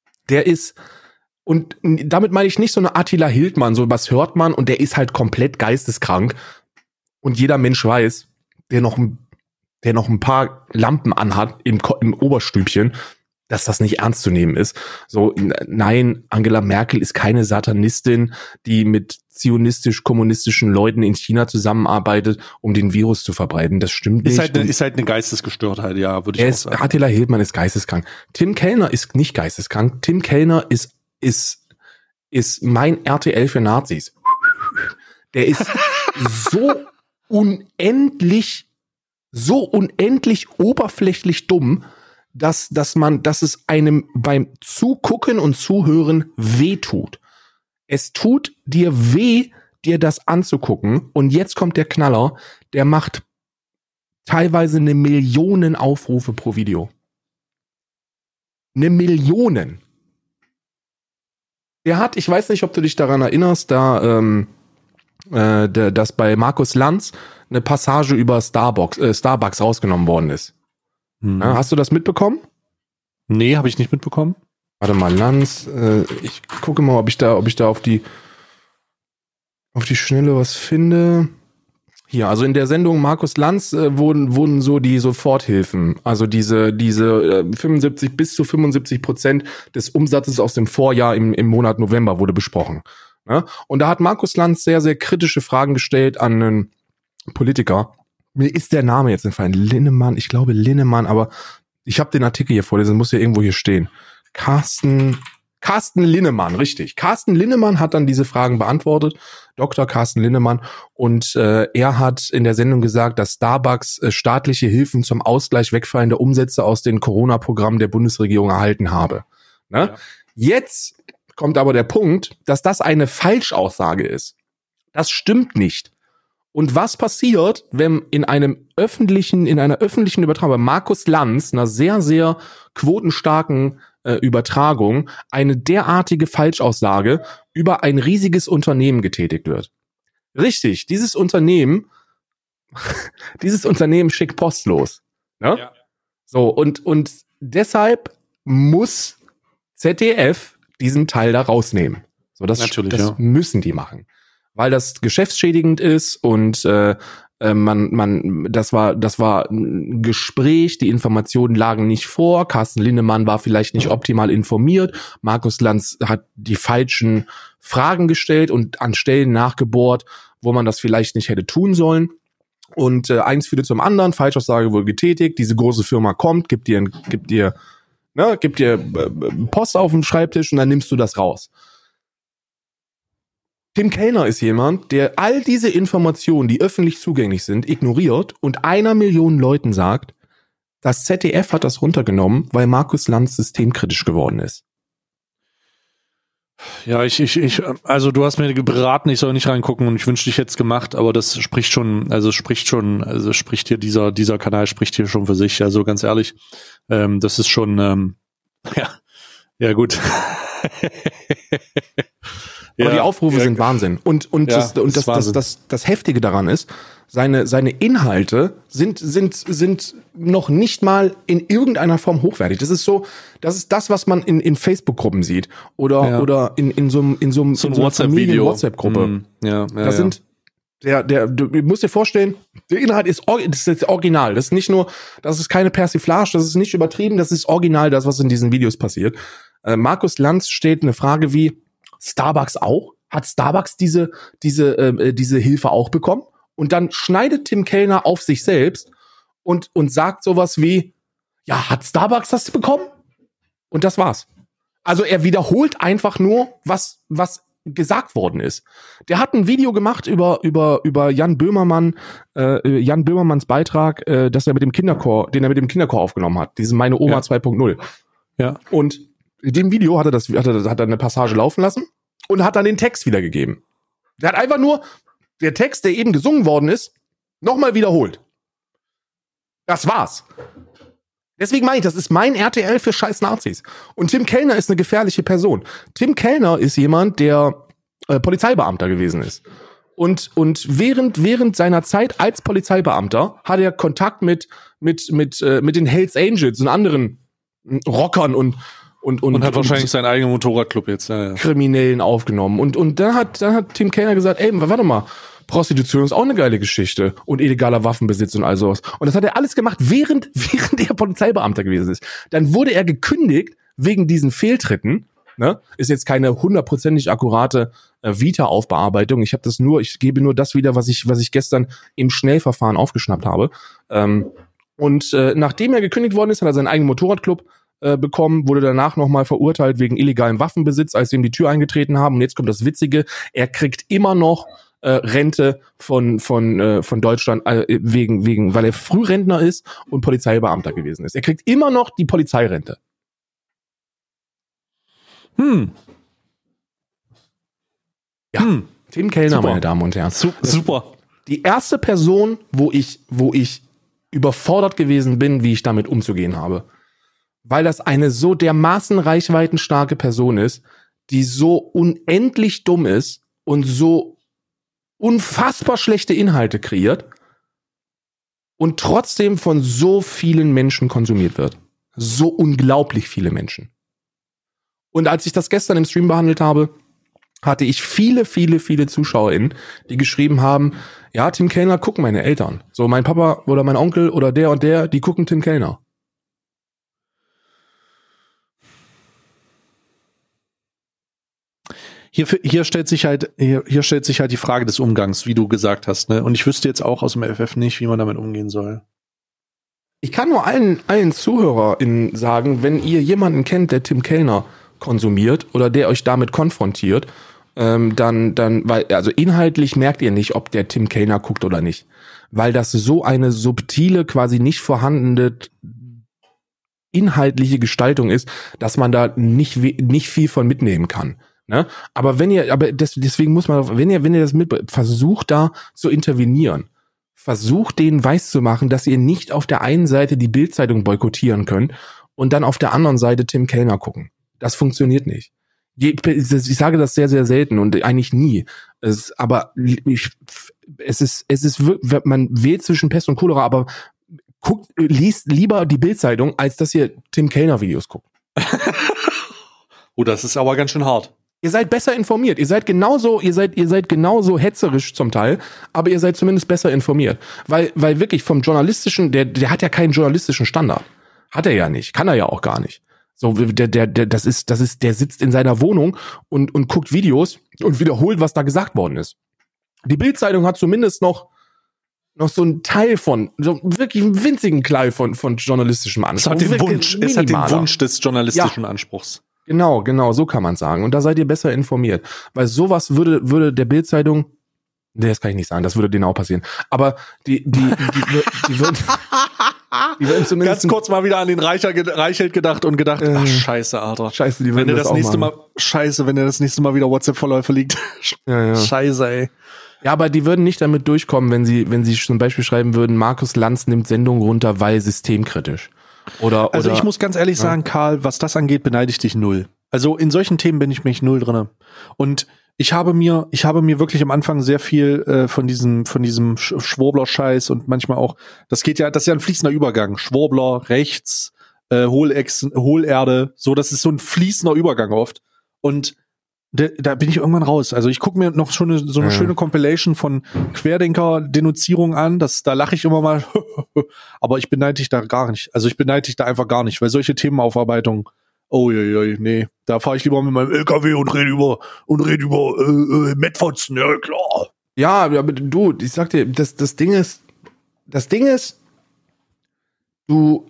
Und damit meine ich nicht so eine Attila Hildmann, so was hört man und der ist halt komplett geisteskrank. Und jeder Mensch weiß, der noch ein paar Lampen anhat im Oberstübchen, dass das nicht ernst zu nehmen ist. So, nein, Angela Merkel ist keine Satanistin, die mit zionistisch-kommunistischen Leuten in China zusammenarbeitet, um den Virus zu verbreiten. Das stimmt nicht. Ist halt eine Geistesgestörtheit, ja, würde ich auch sagen. Attila Hildmann ist geisteskrank. Tim Kellner ist nicht geisteskrank. Tim Kellner ist mein RTL für Nazis. Der ist so unendlich oberflächlich dumm, dass es einem beim Zugucken und Zuhören wehtut. Es tut dir weh, dir das anzugucken. Und jetzt kommt der Knaller, der macht teilweise 1 Million Aufrufe pro Video. 1 Million. Der hat, ich weiß nicht, ob du dich daran erinnerst, dass bei Markus Lanz eine Passage über Starbucks rausgenommen worden ist. Ja, hast du das mitbekommen? Nee, habe ich nicht mitbekommen. Warte mal, Lanz, ich gucke mal, ob ich da auf die Schnelle was finde. Hier, also in der Sendung Markus Lanz wurden so die Soforthilfen, also diese 75 bis zu 75% des Umsatzes aus dem Vorjahr im Monat November wurde besprochen. Ja? Und da hat Markus Lanz sehr, sehr kritische Fragen gestellt an einen Politiker. Mir ist der Name jetzt entfallen. Linnemann, ich glaube Linnemann, aber ich habe den Artikel hier vorlesen, muss ja irgendwo hier stehen. Carsten Carsten Linnemann, richtig. Carsten Linnemann hat dann diese Fragen beantwortet, Dr. Carsten Linnemann, und er hat in der Sendung gesagt, dass Starbucks staatliche Hilfen zum Ausgleich wegfallender Umsätze aus den Corona-Programmen der Bundesregierung erhalten habe. Ne? Ja. Jetzt kommt aber der Punkt, dass das eine Falschaussage ist. Das stimmt nicht. Und was passiert, wenn in einer öffentlichen Übertragung bei Markus Lanz, einer sehr, sehr quotenstarken Übertragung, eine derartige Falschaussage über ein riesiges Unternehmen getätigt wird? Richtig, dieses Unternehmen schickt Post los. Ne? Ja. So, und das muss ZDF diesen Teil da rausnehmen. So, das müssen die machen. Weil das geschäftsschädigend ist und das war ein Gespräch, die Informationen lagen nicht vor, Carsten Linnemann war vielleicht nicht optimal informiert, Markus Lanz hat die falschen Fragen gestellt und an Stellen nachgebohrt, wo man das vielleicht nicht hätte tun sollen. Und eins führte zum anderen, Falschaussage wurde getätigt, diese große Firma kommt, gibt dir Post auf den Schreibtisch und dann nimmst du das raus. Tim Kellner ist jemand, der all diese Informationen, die öffentlich zugänglich sind, ignoriert und 1 Million Leuten sagt, das ZDF hat das runtergenommen, weil Markus Lanz systemkritisch geworden ist. Ja, also du hast mir beraten, ich soll nicht reingucken und ich wünschte, ich hätte es gemacht, aber das spricht hier dieser Kanal spricht hier schon für sich, also ganz ehrlich, das ist schon, ja gut. Aber die Aufrufe sind Wahnsinn. Und das Heftige daran ist, seine Inhalte sind noch nicht mal in irgendeiner Form hochwertig. Das ist das, was man in Facebook-Gruppen sieht. Oder in so einem WhatsApp-Gruppe. Du musst dir vorstellen, der Inhalt ist original. Das ist nicht nur, das ist keine Persiflage, das ist nicht übertrieben, das ist original, das, was in diesen Videos passiert. Markus Lanz stellt eine Frage wie, Starbucks auch? Hat Starbucks diese Hilfe auch bekommen? Und dann schneidet Tim Kellner auf sich selbst und sagt sowas wie, ja, hat Starbucks das bekommen? Und das war's. Also er wiederholt einfach nur, was gesagt worden ist. Der hat ein Video gemacht über Jan Böhmermann, Jan Böhmermanns Beitrag, dass er den er mit dem Kinderchor aufgenommen hat, diesen Meine Oma 2.0. Ja. Und in dem Video hat er eine Passage laufen lassen und hat dann den Text wiedergegeben. Der hat einfach nur der Text, der eben gesungen worden ist, nochmal wiederholt. Das war's. Deswegen meine ich, das ist mein RTL für scheiß Nazis. Und Tim Kellner ist eine gefährliche Person. Tim Kellner ist jemand, der Polizeibeamter gewesen ist. Und während seiner Zeit als Polizeibeamter hat er Kontakt mit den Hells Angels und anderen Rockern und hat wahrscheinlich seinen eigenen Motorradclub jetzt. Ja. Kriminellen aufgenommen. Und dann hat Tim Kellner gesagt, ey, warte mal, Prostitution ist auch eine geile Geschichte und illegaler Waffenbesitz und all sowas. Und das hat er alles gemacht, während er Polizeibeamter gewesen ist. Dann wurde er gekündigt wegen diesen Fehltritten. Ne? Ist jetzt keine 100% akkurate Vita-Aufbearbeitung. Ich gebe nur das wieder, was ich gestern im Schnellverfahren aufgeschnappt habe. Nachdem er gekündigt worden ist, hat er seinen eigenen Motorradclub bekommen, wurde danach nochmal verurteilt wegen illegalem Waffenbesitz, als sie ihm die Tür eingetreten haben. Und jetzt kommt das Witzige, er kriegt immer noch Rente von Deutschland weil er Frührentner ist und Polizeibeamter gewesen ist. Er kriegt immer noch die Polizeirente. Ja, Tim Kellner, super. Meine Damen und Herren. Super. Die erste Person, wo ich überfordert gewesen bin, wie ich damit umzugehen habe. Weil das eine so dermaßen reichweitenstarke Person ist, die so unendlich dumm ist und so unfassbar schlechte Inhalte kreiert und trotzdem von so vielen Menschen konsumiert wird. So unglaublich viele Menschen. Und als ich das gestern im Stream behandelt habe, hatte ich viele, viele, viele ZuschauerInnen, die geschrieben haben, ja, Tim Kellner gucken meine Eltern. So, mein Papa oder mein Onkel oder der und der, die gucken Tim Kellner. Hier stellt sich halt die Frage des Umgangs, wie du gesagt hast, ne? Und ich wüsste jetzt auch aus dem FF nicht, wie man damit umgehen soll. Ich kann nur allen ZuhörerInnen sagen, wenn ihr jemanden kennt, der Tim Kellner konsumiert oder der euch damit konfrontiert, also inhaltlich merkt ihr nicht, ob der Tim Kellner guckt oder nicht. Weil das so eine subtile, quasi nicht vorhandene inhaltliche Gestaltung ist, dass man da nicht viel von mitnehmen kann. Ne? Deswegen muss man, wenn ihr das versucht da zu intervenieren. Versucht denen weiszumachen, dass ihr nicht auf der einen Seite die Bild-Zeitung boykottieren könnt und dann auf der anderen Seite Tim Kellner gucken. Das funktioniert nicht. Ich sage das sehr, sehr selten und eigentlich nie. Man wählt zwischen Pest und Cholera, aber liest lieber die Bild-Zeitung, als dass ihr Tim Kellner-Videos guckt. Oh, das ist aber ganz schön hart. Ihr seid besser informiert. Ihr seid genauso hetzerisch zum Teil, aber ihr seid zumindest besser informiert. Weil wirklich vom journalistischen, der hat ja keinen journalistischen Standard. Hat er ja nicht. Kann er ja auch gar nicht. So, der sitzt in seiner Wohnung und guckt Videos und wiederholt, was da gesagt worden ist. Die Bild-Zeitung hat zumindest noch so einen Teil von, so wirklich einen winzigen Teil von journalistischem Anspruch. Es hat den Wunsch des journalistischen Anspruchs. Genau, so kann man sagen. Und da seid ihr besser informiert. Weil sowas würde der Bild-Zeitung, nee, das kann ich nicht sagen, das würde denen auch passieren. Aber die würden zumindest... Ganz kurz mal wieder an den Reichelt gedacht und gedacht, ach, scheiße, Alter. Scheiße, die würden wenn das auch machen. Wenn er das nächste Mal wieder WhatsApp-Verläufe liegt. Ja. Scheiße, ey. Ja, aber die würden nicht damit durchkommen, wenn sie zum Beispiel schreiben würden, Markus Lanz nimmt Sendung runter, weil systemkritisch. Also ich muss ganz ehrlich sagen, Karl, was das angeht, beneide ich dich null. Also in solchen Themen bin ich mich null drinne. Und ich habe mir wirklich am Anfang sehr viel von diesem Schwurbler-Scheiß und manchmal auch, das ist ja ein fließender Übergang. Schwurbler, rechts, Hohlerde, so, das ist so ein fließender Übergang oft. Und da bin ich irgendwann raus. Also ich gucke mir noch schon eine schöne Compilation von Querdenker-Denunzierung an. Da lache ich immer mal. Aber ich beneide dich da gar nicht. Also ich beneide dich da einfach gar nicht, weil solche Themenaufarbeitung, nee, da fahre ich lieber mit meinem LKW und rede über Mettfotzen, ja klar. Ja, aber du, ich sag dir, das Ding ist, du,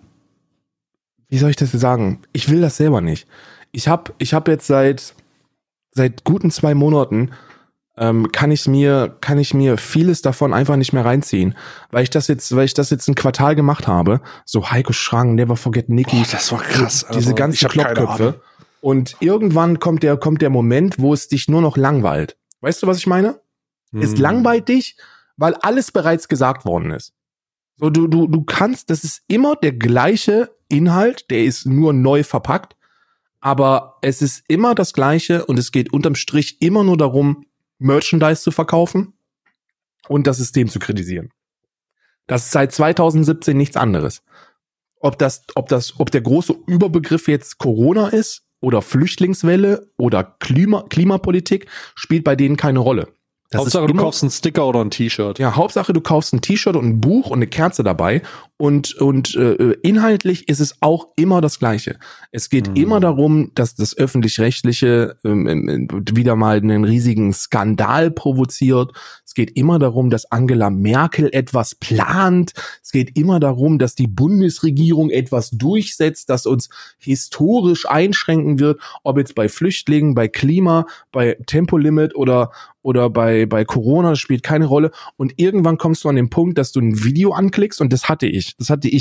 wie soll ich das sagen? Ich will das selber nicht. Ich hab jetzt seit guten 2 Monaten kann ich mir vieles davon einfach nicht mehr reinziehen, weil ich das jetzt ein Quartal gemacht habe. So Heiko Schrang, Never Forget Nicky. Das war krass. Diese ganzen Kloppköpfe. Und irgendwann kommt der Moment, wo es dich nur noch langweilt. Weißt du, was ich meine? Es langweilt dich, weil alles bereits gesagt worden ist. So, du kannst, das ist immer der gleiche Inhalt, der ist nur neu verpackt. Aber es ist immer das Gleiche und es geht unterm Strich immer nur darum, Merchandise zu verkaufen und das System zu kritisieren. Das ist seit 2017 nichts anderes. Ob der große Überbegriff jetzt Corona ist oder Flüchtlingswelle oder Klimapolitik, spielt bei denen keine Rolle. Hauptsache, du kaufst einen Sticker oder ein T-Shirt. Ja, Hauptsache, du kaufst ein T-Shirt und ein Buch und eine Kerze dabei. Und inhaltlich ist es auch immer das Gleiche. Es geht immer darum, dass das Öffentlich-Rechtliche wieder mal einen riesigen Skandal provoziert. Es geht immer darum, dass Angela Merkel etwas plant. Es geht immer darum, dass die Bundesregierung etwas durchsetzt, das uns historisch einschränken wird, ob jetzt bei Flüchtlingen, bei Klima, bei Tempolimit oder bei Corona, das spielt keine Rolle. Und irgendwann kommst du an den Punkt, dass du ein Video anklickst und das hatte ich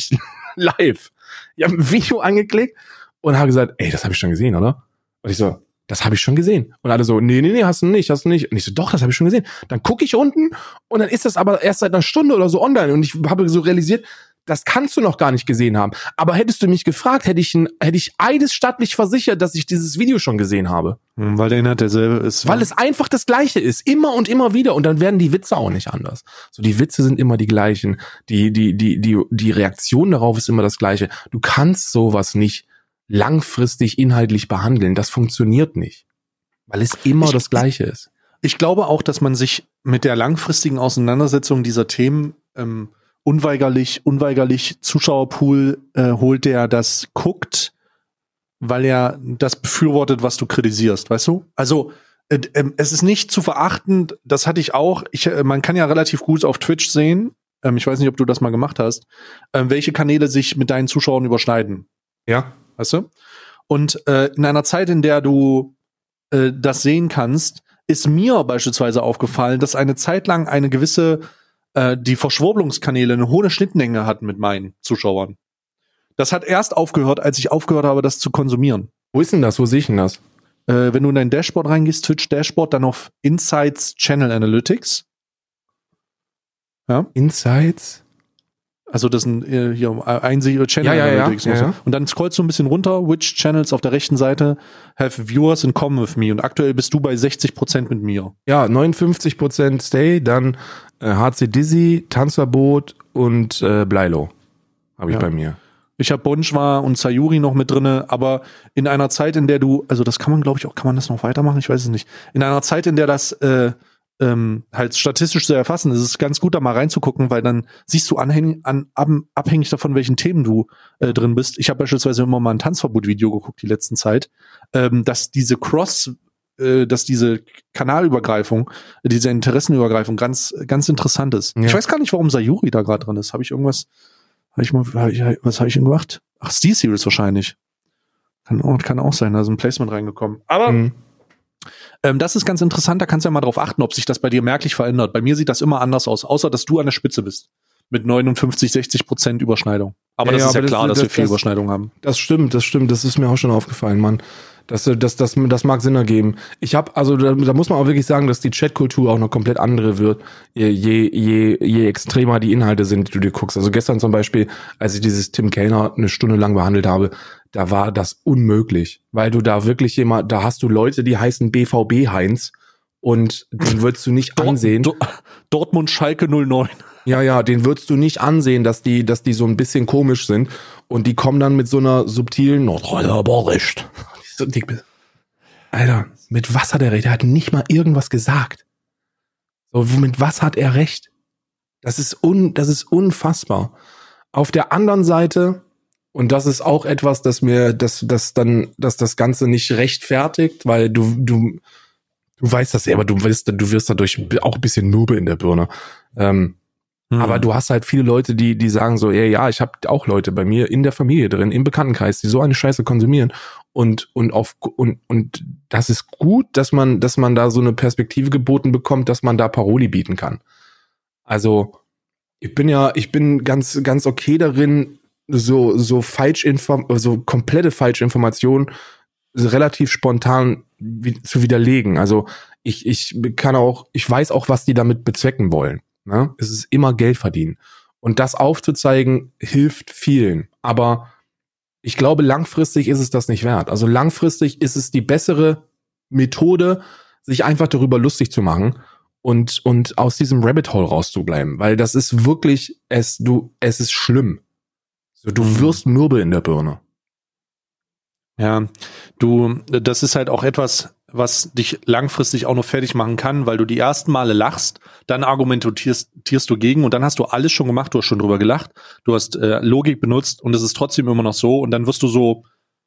live. Ich habe ein Video angeklickt und habe gesagt, ey, das habe ich schon gesehen, oder? Und ich so, das habe ich schon gesehen. Und alle so, nee, hast du nicht. Und ich so, doch, das habe ich schon gesehen. Dann gucke ich unten und dann ist das aber erst seit einer Stunde oder so online und ich habe so realisiert, das kannst du noch gar nicht gesehen haben. Aber hättest du mich gefragt, hätte ich eidesstattlich versichert, dass ich dieses Video schon gesehen habe. Weil der Inhalt derselbe ist. Weil es einfach das Gleiche ist. Immer und immer wieder. Und dann werden die Witze auch nicht anders. So, die Witze sind immer die gleichen. Die Reaktion darauf ist immer das Gleiche. Du kannst sowas nicht langfristig inhaltlich behandeln. Das funktioniert nicht. Weil es immer das Gleiche ist. Ich glaube auch, dass man sich mit der langfristigen Auseinandersetzung dieser Themen unweigerlich Zuschauerpool holt, der das guckt, weil er das befürwortet, was du kritisierst, weißt du? Also es ist nicht zu verachten, das hatte ich auch. Man kann ja relativ gut auf Twitch sehen, ich weiß nicht, ob du das mal gemacht hast, welche Kanäle sich mit deinen Zuschauern überschneiden. Ja. Weißt du? Und in einer Zeit, in der du das sehen kannst, ist mir beispielsweise aufgefallen, dass eine Zeit lang eine gewisse die Verschwurbelungskanäle eine hohe Schnittmenge hatten mit meinen Zuschauern. Das hat erst aufgehört, als ich aufgehört habe, das zu konsumieren. Wo ist denn das? Wo sehe ich denn das? Wenn du in dein Dashboard reingehst, Twitch Dashboard, dann auf Insights Channel Analytics. Ja? Insights? Also das sind hier Einsicht Channel Analytics. Ja. Und dann scrollst du ein bisschen runter, which channels auf der rechten Seite have viewers in common with me. Und aktuell bist du bei 60% mit mir. Ja, 59% Stay, dann HC Dizzy, Tanzverbot und Bleilo habe ich bei mir. Ich habe Bonchwa und Sayuri noch mit drinne, aber in einer Zeit, in der du, also das kann man, glaube ich, auch, kann man das noch weitermachen? Ich weiß es nicht. In einer Zeit, in der das halt statistisch zu erfassen, ist es ganz gut, da mal reinzugucken, weil dann siehst du abhängig davon, welchen Themen du drin bist. Ich habe beispielsweise immer mal ein Tanzverbot-Video geguckt die letzten Zeit, dass diese Kanalübergreifung, diese Interessenübergreifung ganz, ganz interessant ist. Ja. Ich weiß gar nicht, warum Sayuri da gerade drin ist. Was habe ich denn gemacht? Ach, SteelSeries wahrscheinlich. Kann auch sein, da ist ein Placement reingekommen. Aber das ist ganz interessant, da kannst du ja mal drauf achten, ob sich das bei dir merklich verändert. Bei mir sieht das immer anders aus, außer dass du an der Spitze bist. Mit 59-60% Überschneidung. Aber das ist ja klar, dass wir viel Überschneidung haben. Das stimmt. Das ist mir auch schon aufgefallen, Mann. Das mag Sinn ergeben. Da muss man auch wirklich sagen, dass die Chatkultur auch noch komplett andere wird, je extremer die Inhalte sind, die du dir guckst. Also gestern zum Beispiel, als ich dieses Tim Kellner eine Stunde lang behandelt habe, da war das unmöglich, weil du da wirklich da hast du Leute, die heißen BVB Heinz und den würdest du nicht ansehen. Dortmund Schalke 09. Ja, den würdest du nicht ansehen, dass die so ein bisschen komisch sind und die kommen dann mit so einer subtilen Nordrheiner Boricht. Alter, mit was hat er recht? Er hat nicht mal irgendwas gesagt. So, mit was hat er recht? Das ist unfassbar. Auf der anderen Seite, und das ist auch etwas, dass das Ganze nicht rechtfertigt, weil du weißt das selber, du wirst dadurch auch ein bisschen mürbe in der Birne. Aber du hast halt viele Leute, die sagen so, ja, ich habe auch Leute bei mir in der Familie drin, im Bekanntenkreis, die so eine Scheiße konsumieren und das ist gut, dass man da so eine Perspektive geboten bekommt, dass man da Paroli bieten kann. Also ich bin ganz ganz okay darin, so komplette Falschinformationen relativ spontan zu widerlegen. Also ich weiß auch, was die damit bezwecken wollen. Ne? Es ist immer Geld verdienen. Und das aufzuzeigen, hilft vielen. Aber ich glaube, langfristig ist es das nicht wert. Also langfristig ist es die bessere Methode, sich einfach darüber lustig zu machen und aus diesem Rabbit Hole rauszubleiben. Weil das ist wirklich, es ist schlimm. So, du wirst mürbe in der Birne. Ja, das ist halt auch etwas, was dich langfristig auch noch fertig machen kann, weil du die ersten Male lachst, dann argumentierst du gegen und dann hast du alles schon gemacht, du hast schon drüber gelacht, du hast Logik benutzt und es ist trotzdem immer noch so und dann wirst du so,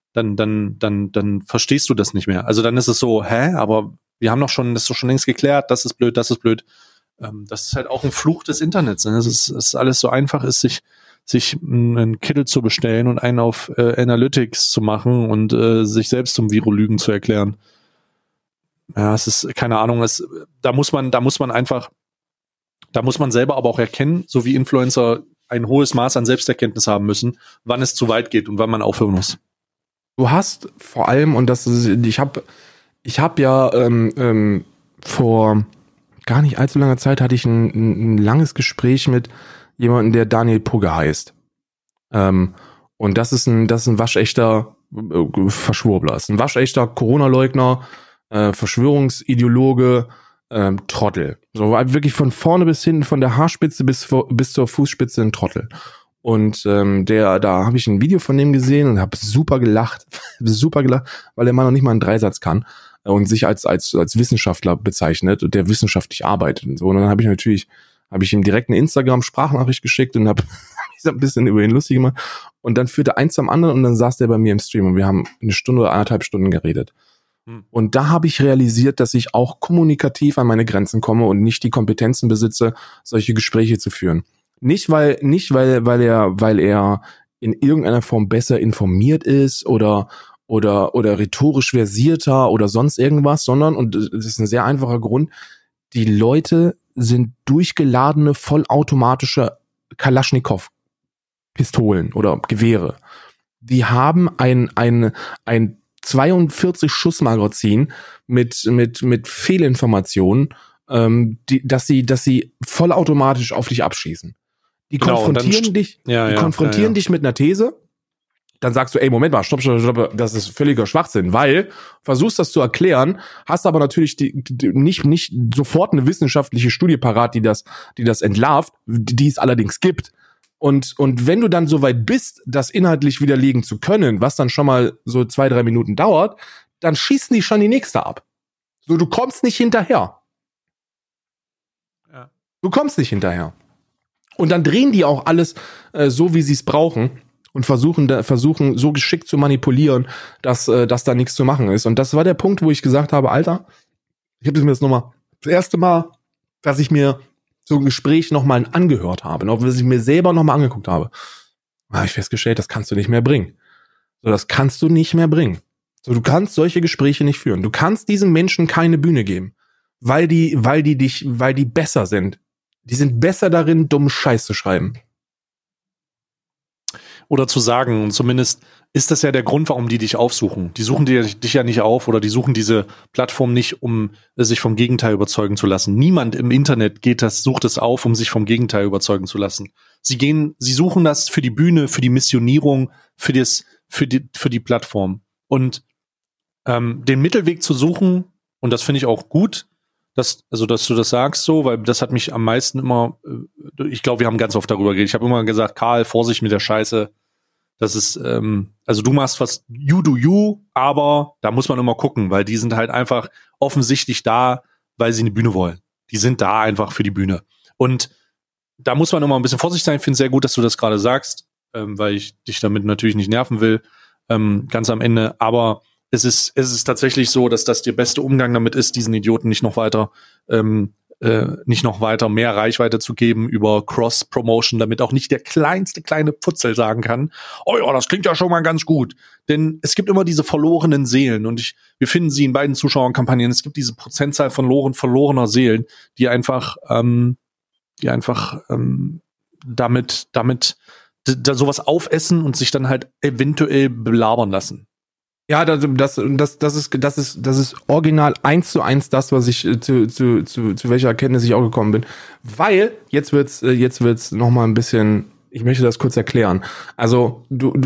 dann verstehst du das nicht mehr. Also dann ist es so, aber wir haben das ist doch schon längst geklärt, das ist blöd. Das ist halt auch ein Fluch des Internets. Ne? Es ist alles so einfach ist, sich einen Kittel zu bestellen und einen auf Analytics zu machen und sich selbst zum Virolügen zu erklären. Ja, es ist, keine Ahnung, da muss man selber aber auch erkennen, so wie Influencer ein hohes Maß an Selbsterkenntnis haben müssen, wann es zu weit geht und wann man aufhören muss. Du hast vor allem, und ich habe ja vor gar nicht allzu langer Zeit hatte ich ein langes Gespräch mit jemandem, der Daniel Pugge heißt. Und das ist ein waschechter Verschwurbler, ist ein waschechter Corona-Leugner, Verschwörungsideologe, Trottel. So wirklich von vorne bis hinten, von der Haarspitze bis zur Fußspitze ein Trottel. Und da habe ich ein Video von dem gesehen und habe super gelacht, weil der Mann noch nicht mal einen Dreisatz kann und sich als Wissenschaftler bezeichnet und der wissenschaftlich arbeitet und so. Und dann habe ich ihm direkt eine Instagram-Sprachnachricht geschickt und habe mich so ein bisschen über ihn lustig gemacht. Und dann führte eins zum anderen und dann saß der bei mir im Stream und wir haben 1 Stunde oder 1,5 Stunden geredet. Und da habe ich realisiert, dass ich auch kommunikativ an meine Grenzen komme und nicht die Kompetenzen besitze, solche Gespräche zu führen. Nicht weil er in irgendeiner Form besser informiert ist oder oder rhetorisch versierter oder sonst irgendwas, sondern, und das ist ein sehr einfacher Grund, die Leute sind durchgeladene, vollautomatische Kalaschnikow-Pistolen oder Gewehre. Die haben ein 42-Schuss-Magazin mit Fehlinformationen, dass sie vollautomatisch auf dich abschießen. Die konfrontieren dich mit einer These. Dann sagst du, ey, Moment mal, stopp, das ist völliger Schwachsinn, weil versuchst das zu erklären, hast aber natürlich nicht sofort eine wissenschaftliche Studie parat, die das entlarvt, die es allerdings gibt. Und wenn du dann soweit bist, das inhaltlich widerlegen zu können, was dann schon mal so 2-3 Minuten dauert, dann schießen die schon die nächste ab. So, du kommst nicht hinterher. Ja. Du kommst nicht hinterher. Und dann drehen die auch alles so, wie sie es brauchen und versuchen so geschickt zu manipulieren, dass da nichts zu machen ist. Und das war der Punkt, wo ich gesagt habe, Alter, ich habe mir das nochmal, das erste Mal, dass ich mir so ein Gespräch nochmal angehört habe, noch was ich mir selber nochmal angeguckt habe, habe ich festgestellt, das kannst du nicht mehr bringen. So, das kannst du nicht mehr bringen. So, du kannst solche Gespräche nicht führen. Du kannst diesen Menschen keine Bühne geben, weil die besser sind. Die sind besser darin, dummen Scheiß zu schreiben. Oder zu sagen, und zumindest ist das ja der Grund, warum die dich aufsuchen. Die suchen dich ja nicht auf oder die suchen diese Plattform nicht, um sich vom Gegenteil überzeugen zu lassen. Niemand im Internet sucht es auf, um sich vom Gegenteil überzeugen zu lassen. Sie suchen das für die Bühne, für die Missionierung, für die Plattform. Und den Mittelweg zu suchen, und das finde ich auch gut, dass du das sagst so, weil das hat mich am meisten immer, ich glaube, wir haben ganz oft darüber geredet. Ich habe immer gesagt, Karl, Vorsicht mit der Scheiße. Das ist, also du machst was, you do you, aber da muss man immer gucken, weil die sind halt einfach offensichtlich da, weil sie eine Bühne wollen. Die sind da einfach für die Bühne. Und da muss man immer ein bisschen vorsichtig sein. Ich finde es sehr gut, dass du das gerade sagst, weil ich dich damit natürlich nicht nerven will, ganz am Ende. Aber es ist tatsächlich so, dass das der beste Umgang damit ist, diesen Idioten nicht noch weiter mehr Reichweite zu geben über Cross-Promotion, damit auch nicht der kleinste kleine Putzel sagen kann, oh ja, das klingt ja schon mal ganz gut. Denn es gibt immer diese verlorenen Seelen und wir finden sie in beiden Zuschauerkampagnen. Es gibt diese Prozentzahl von verlorener Seelen, die einfach damit sowas aufessen und sich dann halt eventuell belabern lassen. Ja, das ist original 1:1 das, was ich zu welcher Erkenntnis ich auch gekommen bin. Weil, jetzt wird's noch mal ein bisschen, ich möchte das kurz erklären. Also,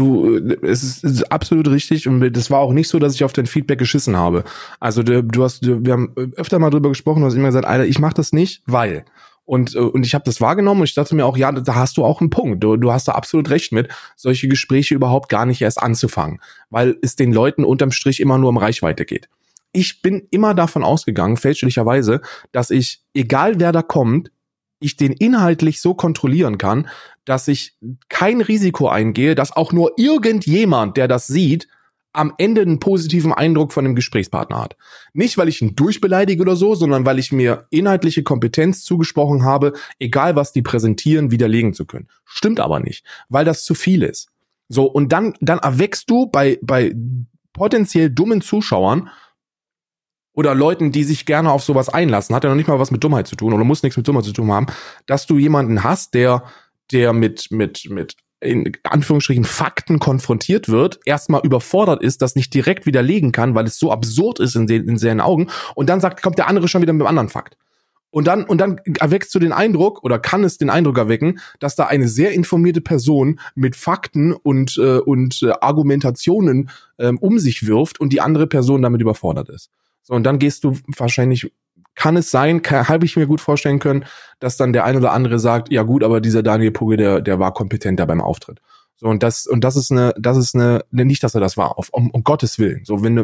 es ist absolut richtig und das war auch nicht so, dass ich auf dein Feedback geschissen habe. Also, wir haben öfter mal drüber gesprochen, du hast immer gesagt, Alter, ich mach das nicht, weil. Und ich habe das wahrgenommen und ich dachte mir auch, ja, da hast du auch einen Punkt. Du hast da absolut recht mit, solche Gespräche überhaupt gar nicht erst anzufangen, weil es den Leuten unterm Strich immer nur um Reichweite geht. Ich bin immer davon ausgegangen, fälschlicherweise, dass ich, egal wer da kommt, ich den inhaltlich so kontrollieren kann, dass ich kein Risiko eingehe, dass auch nur irgendjemand, der das sieht, am Ende einen positiven Eindruck von dem Gesprächspartner hat. Nicht, weil ich ihn durchbeleidige oder so, sondern weil ich mir inhaltliche Kompetenz zugesprochen habe, egal was die präsentieren, widerlegen zu können. Stimmt aber nicht, weil das zu viel ist. So, und dann erweckst du bei potenziell dummen Zuschauern oder Leuten, die sich gerne auf sowas einlassen, hat ja noch nicht mal was mit Dummheit zu tun oder muss nichts mit Dummheit zu tun haben, dass du jemanden hast, der mit in Anführungsstrichen Fakten konfrontiert wird, erstmal überfordert ist, das nicht direkt widerlegen kann, weil es so absurd ist in seinen Augen und dann kommt der andere schon wieder mit einem anderen Fakt. Und dann erweckst du den Eindruck oder kann es den Eindruck erwecken, dass da eine sehr informierte Person mit Fakten und Argumentationen um sich wirft und die andere Person damit überfordert ist. So, und dann gehst du wahrscheinlich, kann es sein, habe ich mir gut vorstellen können, dass dann der ein oder andere sagt, ja gut, aber dieser Daniel Pugge, der war kompetenter beim Auftritt. So, und das ist eine, nicht, dass er das war, um Gottes Willen. So, wenn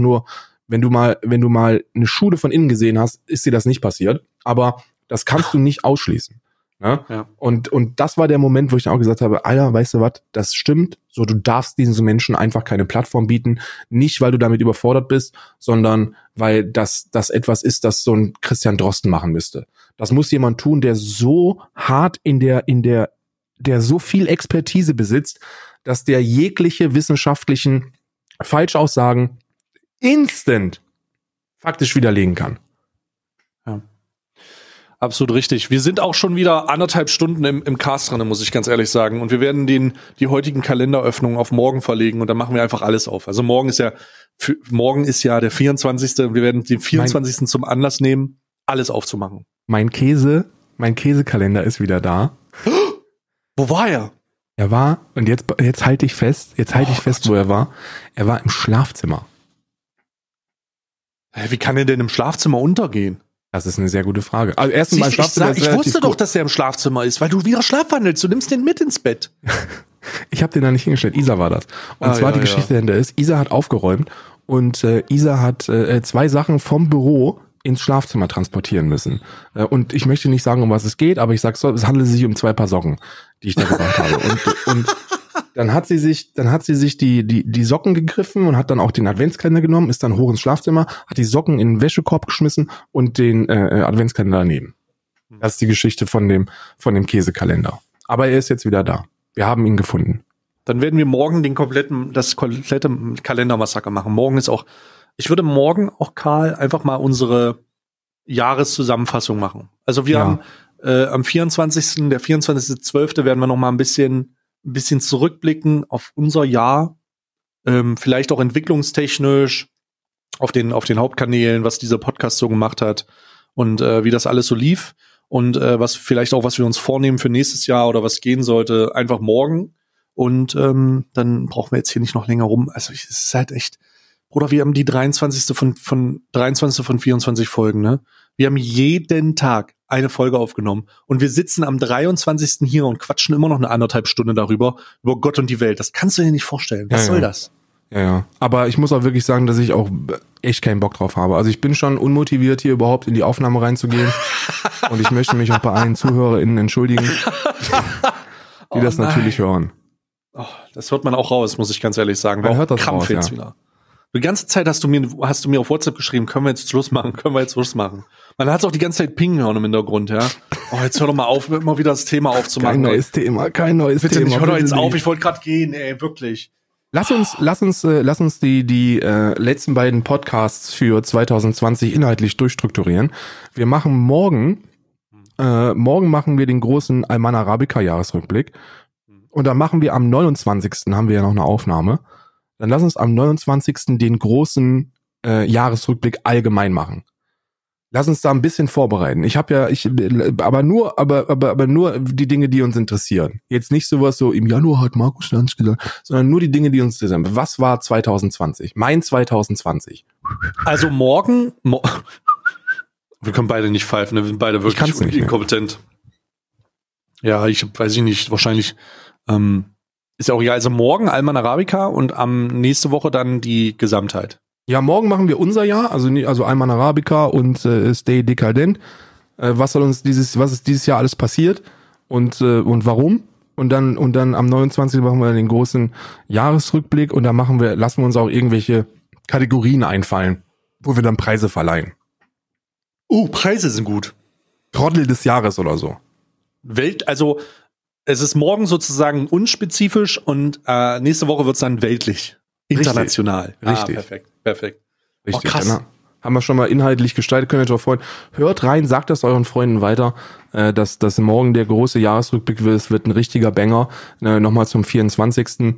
du mal eine Schule von innen gesehen hast, ist dir das nicht passiert. Aber das kannst du nicht ausschließen. Ne? Ja. Und das war der Moment, wo ich dann auch gesagt habe, Alter, weißt du was, das stimmt. So, du darfst diesen Menschen einfach keine Plattform bieten. Nicht, weil du damit überfordert bist, sondern weil das etwas ist, das so ein Christian Drosten machen müsste. Das muss jemand tun, der so hart der so viel Expertise besitzt, dass der jegliche wissenschaftlichen Falschaussagen instant faktisch widerlegen kann. Ja. Absolut richtig. Wir sind auch schon wieder 1,5 Stunden im Cast drin, muss ich ganz ehrlich sagen. Und wir werden die heutigen Kalenderöffnungen auf morgen verlegen und dann machen wir einfach alles auf. Also morgen ist ja der 24. Und wir werden den 24. zum Anlass nehmen, alles aufzumachen. Mein Käsekalender ist wieder da. Wo war er? Er war, und jetzt halte ich fest, wo er war. Er war im Schlafzimmer. Wie kann er denn im Schlafzimmer untergehen? Das ist eine sehr gute Frage. Also erstens mal Schlafzimmer. Ich wusste doch, dass er im Schlafzimmer ist, weil du wieder schlafwandelst. Du nimmst den mit ins Bett. Ich habe den da nicht hingestellt. Isa war das. Und zwar die Geschichte dahinter ist, Isa hat aufgeräumt und Isa hat 2 Sachen vom Büro ins Schlafzimmer transportieren müssen. Und ich möchte nicht sagen, um was es geht, aber ich sag so, es handelt sich um 2 Paar Socken, die ich da gebracht habe. Und dann hat sie sich die Socken gegriffen und hat dann auch den Adventskalender genommen, ist dann hoch ins Schlafzimmer, hat die Socken in den Wäschekorb geschmissen und den Adventskalender daneben. Das ist die Geschichte von dem Käsekalender. Aber er ist jetzt wieder da. Wir haben ihn gefunden. Dann werden wir morgen das komplette Kalendermassaker machen. Ich würde morgen auch, Karl, einfach mal unsere Jahreszusammenfassung machen. Also wir haben am 24., der 24.12. werden wir noch mal ein bisschen zurückblicken auf unser Jahr, vielleicht auch entwicklungstechnisch auf den Hauptkanälen, was dieser Podcast so gemacht hat und wie das alles so lief und was wir uns vornehmen für nächstes Jahr oder was gehen sollte, einfach morgen. Und dann brauchen wir jetzt hier nicht noch länger rum. Also es ist halt echt, Bruder, wir haben die 23. von 24 Folgen, ne? Wir haben jeden Tag eine Folge aufgenommen und wir sitzen am 23. hier und quatschen immer noch eine 1,5 Stunden über Gott und die Welt. Das kannst du dir nicht vorstellen. Was soll das? Ja. Aber ich muss auch wirklich sagen, dass ich auch echt keinen Bock drauf habe. Also ich bin schon unmotiviert, hier überhaupt in die Aufnahme reinzugehen. Und ich möchte mich auch bei allen ZuhörerInnen entschuldigen, die das natürlich hören. Oh, das hört man auch raus, muss ich ganz ehrlich sagen. Man hört das Krampf raus, jetzt wieder. Die ganze Zeit hast du mir auf WhatsApp geschrieben, können wir jetzt Schluss machen. Man hat es auch die ganze Zeit pingen hören im Hintergrund, ja. Oh, jetzt hör doch mal auf, immer wieder das Thema aufzumachen. Kein neues Thema. Bitte nicht, hör doch jetzt auf, ich wollte gerade gehen, ey, wirklich. Lass uns die letzten beiden Podcasts für 2020 inhaltlich durchstrukturieren. Wir machen morgen machen wir den großen Alman Arabica Jahresrückblick. Und dann machen wir am 29. haben wir ja noch eine Aufnahme. Dann lass uns am 29. den großen Jahresrückblick allgemein machen. Lass uns da ein bisschen vorbereiten. Aber nur die Dinge, die uns interessieren. Jetzt nicht sowas so, im Januar hat Markus Lanz gesagt, sondern nur die Dinge, die uns interessieren. Was war 2020? Mein 2020. Also morgen, wir können beide nicht pfeifen, wir sind beide wirklich inkompetent. Ja, weiß ich nicht, wahrscheinlich, ist ja auch egal. Also morgen Alman Arabica und nächste Woche dann die Gesamtheit. Ja, morgen machen wir unser Jahr, also Alman Arabica und Stay Decadent. Was ist dieses Jahr alles passiert und warum? Und dann am 29. machen wir den großen Jahresrückblick und dann lassen wir uns auch irgendwelche Kategorien einfallen, wo wir dann Preise verleihen. Preise sind gut. Trottel des Jahres oder so. Also es ist morgen sozusagen unspezifisch und nächste Woche wird es dann weltlich. International. Richtig. Perfekt. Richtig. Krass. Dann haben wir schon mal inhaltlich gestaltet, könnt ihr euch auch freuen. Hört rein, sagt das euren Freunden weiter, dass morgen der große Jahresrückblick wird. Es wird ein richtiger Banger. Nochmal zum 24.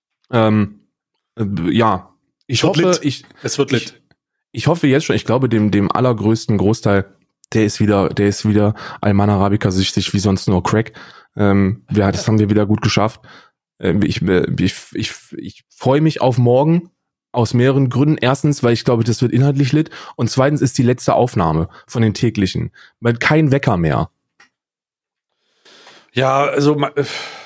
Ja, es wird lit. Ich hoffe jetzt schon, ich glaube, dem allergrößten Großteil, der ist wieder Alman Arabica süchtig wie sonst nur Crack. Das haben wir wieder gut geschafft. Ich freue mich auf morgen aus mehreren Gründen. Erstens, weil ich glaube, das wird inhaltlich lit. Und zweitens ist die letzte Aufnahme von den täglichen. Weil kein Wecker mehr. Ja, also morgen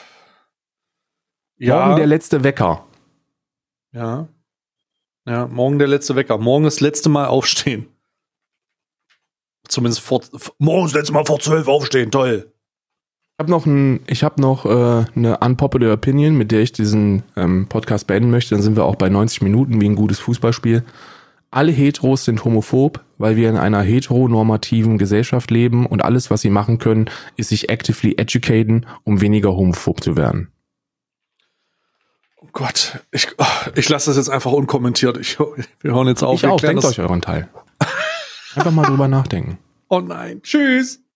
der letzte Wecker. Ja, morgen der letzte Wecker. Morgen das letzte Mal aufstehen. Zumindest morgens das letzte Mal vor 12 aufstehen. Toll. Ich habe noch eine unpopular Opinion, mit der ich diesen Podcast beenden möchte. Dann sind wir auch bei 90 Minuten wie ein gutes Fußballspiel. Alle Heteros sind homophob, weil wir in einer heteronormativen Gesellschaft leben und alles, was sie machen können, ist sich actively educaten, um weniger homophob zu werden. Gott, ich lasse das jetzt einfach unkommentiert. Wir hören jetzt auf. Ich auch, denkt euch euren Teil. Einfach mal drüber nachdenken. Oh nein, tschüss.